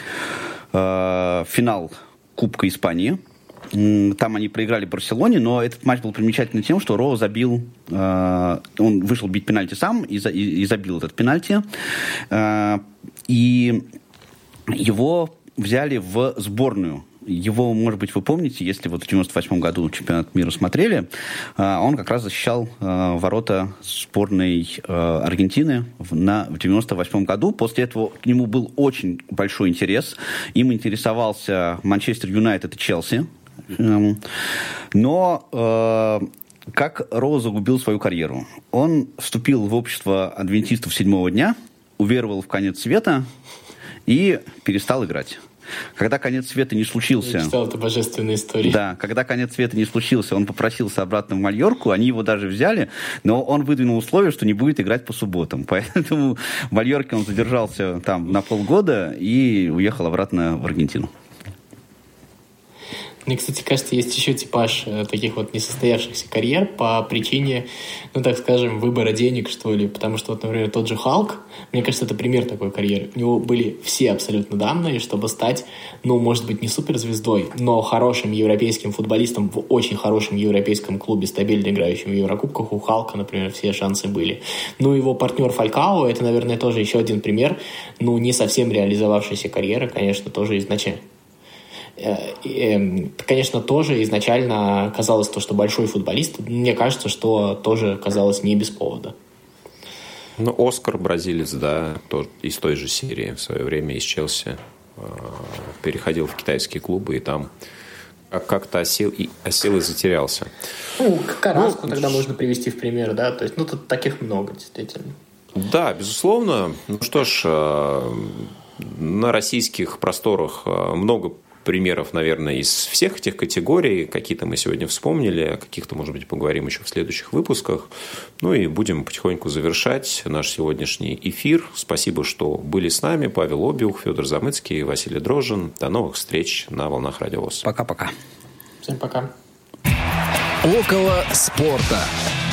э, финал Кубка Испании. Там они проиграли Барселоне, но этот матч был примечательный тем, что Роа забил, э, он вышел бить пенальти сам и, за, и, и забил этот пенальти. Э, и его взяли в сборную. Его, может быть, вы помните, если вот в девяносто восьмом году чемпионат мира смотрели, он как раз защищал ворота сборной Аргентины в девяносто восьмом году. После этого к нему был очень большой интерес. Им интересовался Манчестер Юнайтед и Челси. Но Как Роу загубил свою карьеру? Он вступил в общество адвентистов седьмого дня, уверовал в конец света и перестал играть. Когда конец света не случился... Я читал, это божественная история. Да, когда конец света не случился, он попросился обратно в Мальорку, они его даже взяли, но он выдвинул условие, что не будет играть по субботам. Поэтому в Мальорке он задержался там на полгода и уехал обратно в Аргентину. Мне, кстати, кажется, есть еще типаж э, таких вот несостоявшихся карьер по причине, ну, так скажем, выбора денег, что ли. Потому что, вот, например, тот же Халк, мне кажется, это пример такой карьеры. У него были все абсолютно данные, чтобы стать, ну, может быть, не суперзвездой, но хорошим европейским футболистом в очень хорошем европейском клубе, стабильно играющим в Еврокубках. У Халка, например, все шансы были. Ну, его партнер Фалькао, это, наверное, тоже еще один пример, ну, не совсем реализовавшейся карьеры, конечно, тоже изначально. Конечно, тоже изначально казалось то, что большой футболист. Мне кажется, что тоже казалось не без повода. Ну, Оскар, бразилец, да, тот, из той же серии в свое время из Челси переходил в китайские клубы и там как-то осел и, осел и затерялся. Ну, Караску ну, тогда можно привести в пример, да, то есть, ну, тут таких много, действительно. Да, безусловно. Ну что ж, на российских просторах много примеров, наверное, из всех этих категорий. Какие-то мы сегодня вспомнили, о каких-то, может быть, поговорим еще в следующих выпусках. Ну и будем потихоньку завершать наш сегодняшний эфир. Спасибо, что были с нами. Павел Обиух, Федор Замыцкий, Василий Дрожжин. До новых встреч на волнах Радио ВОС. Пока-пока. Всем пока. Около спорта.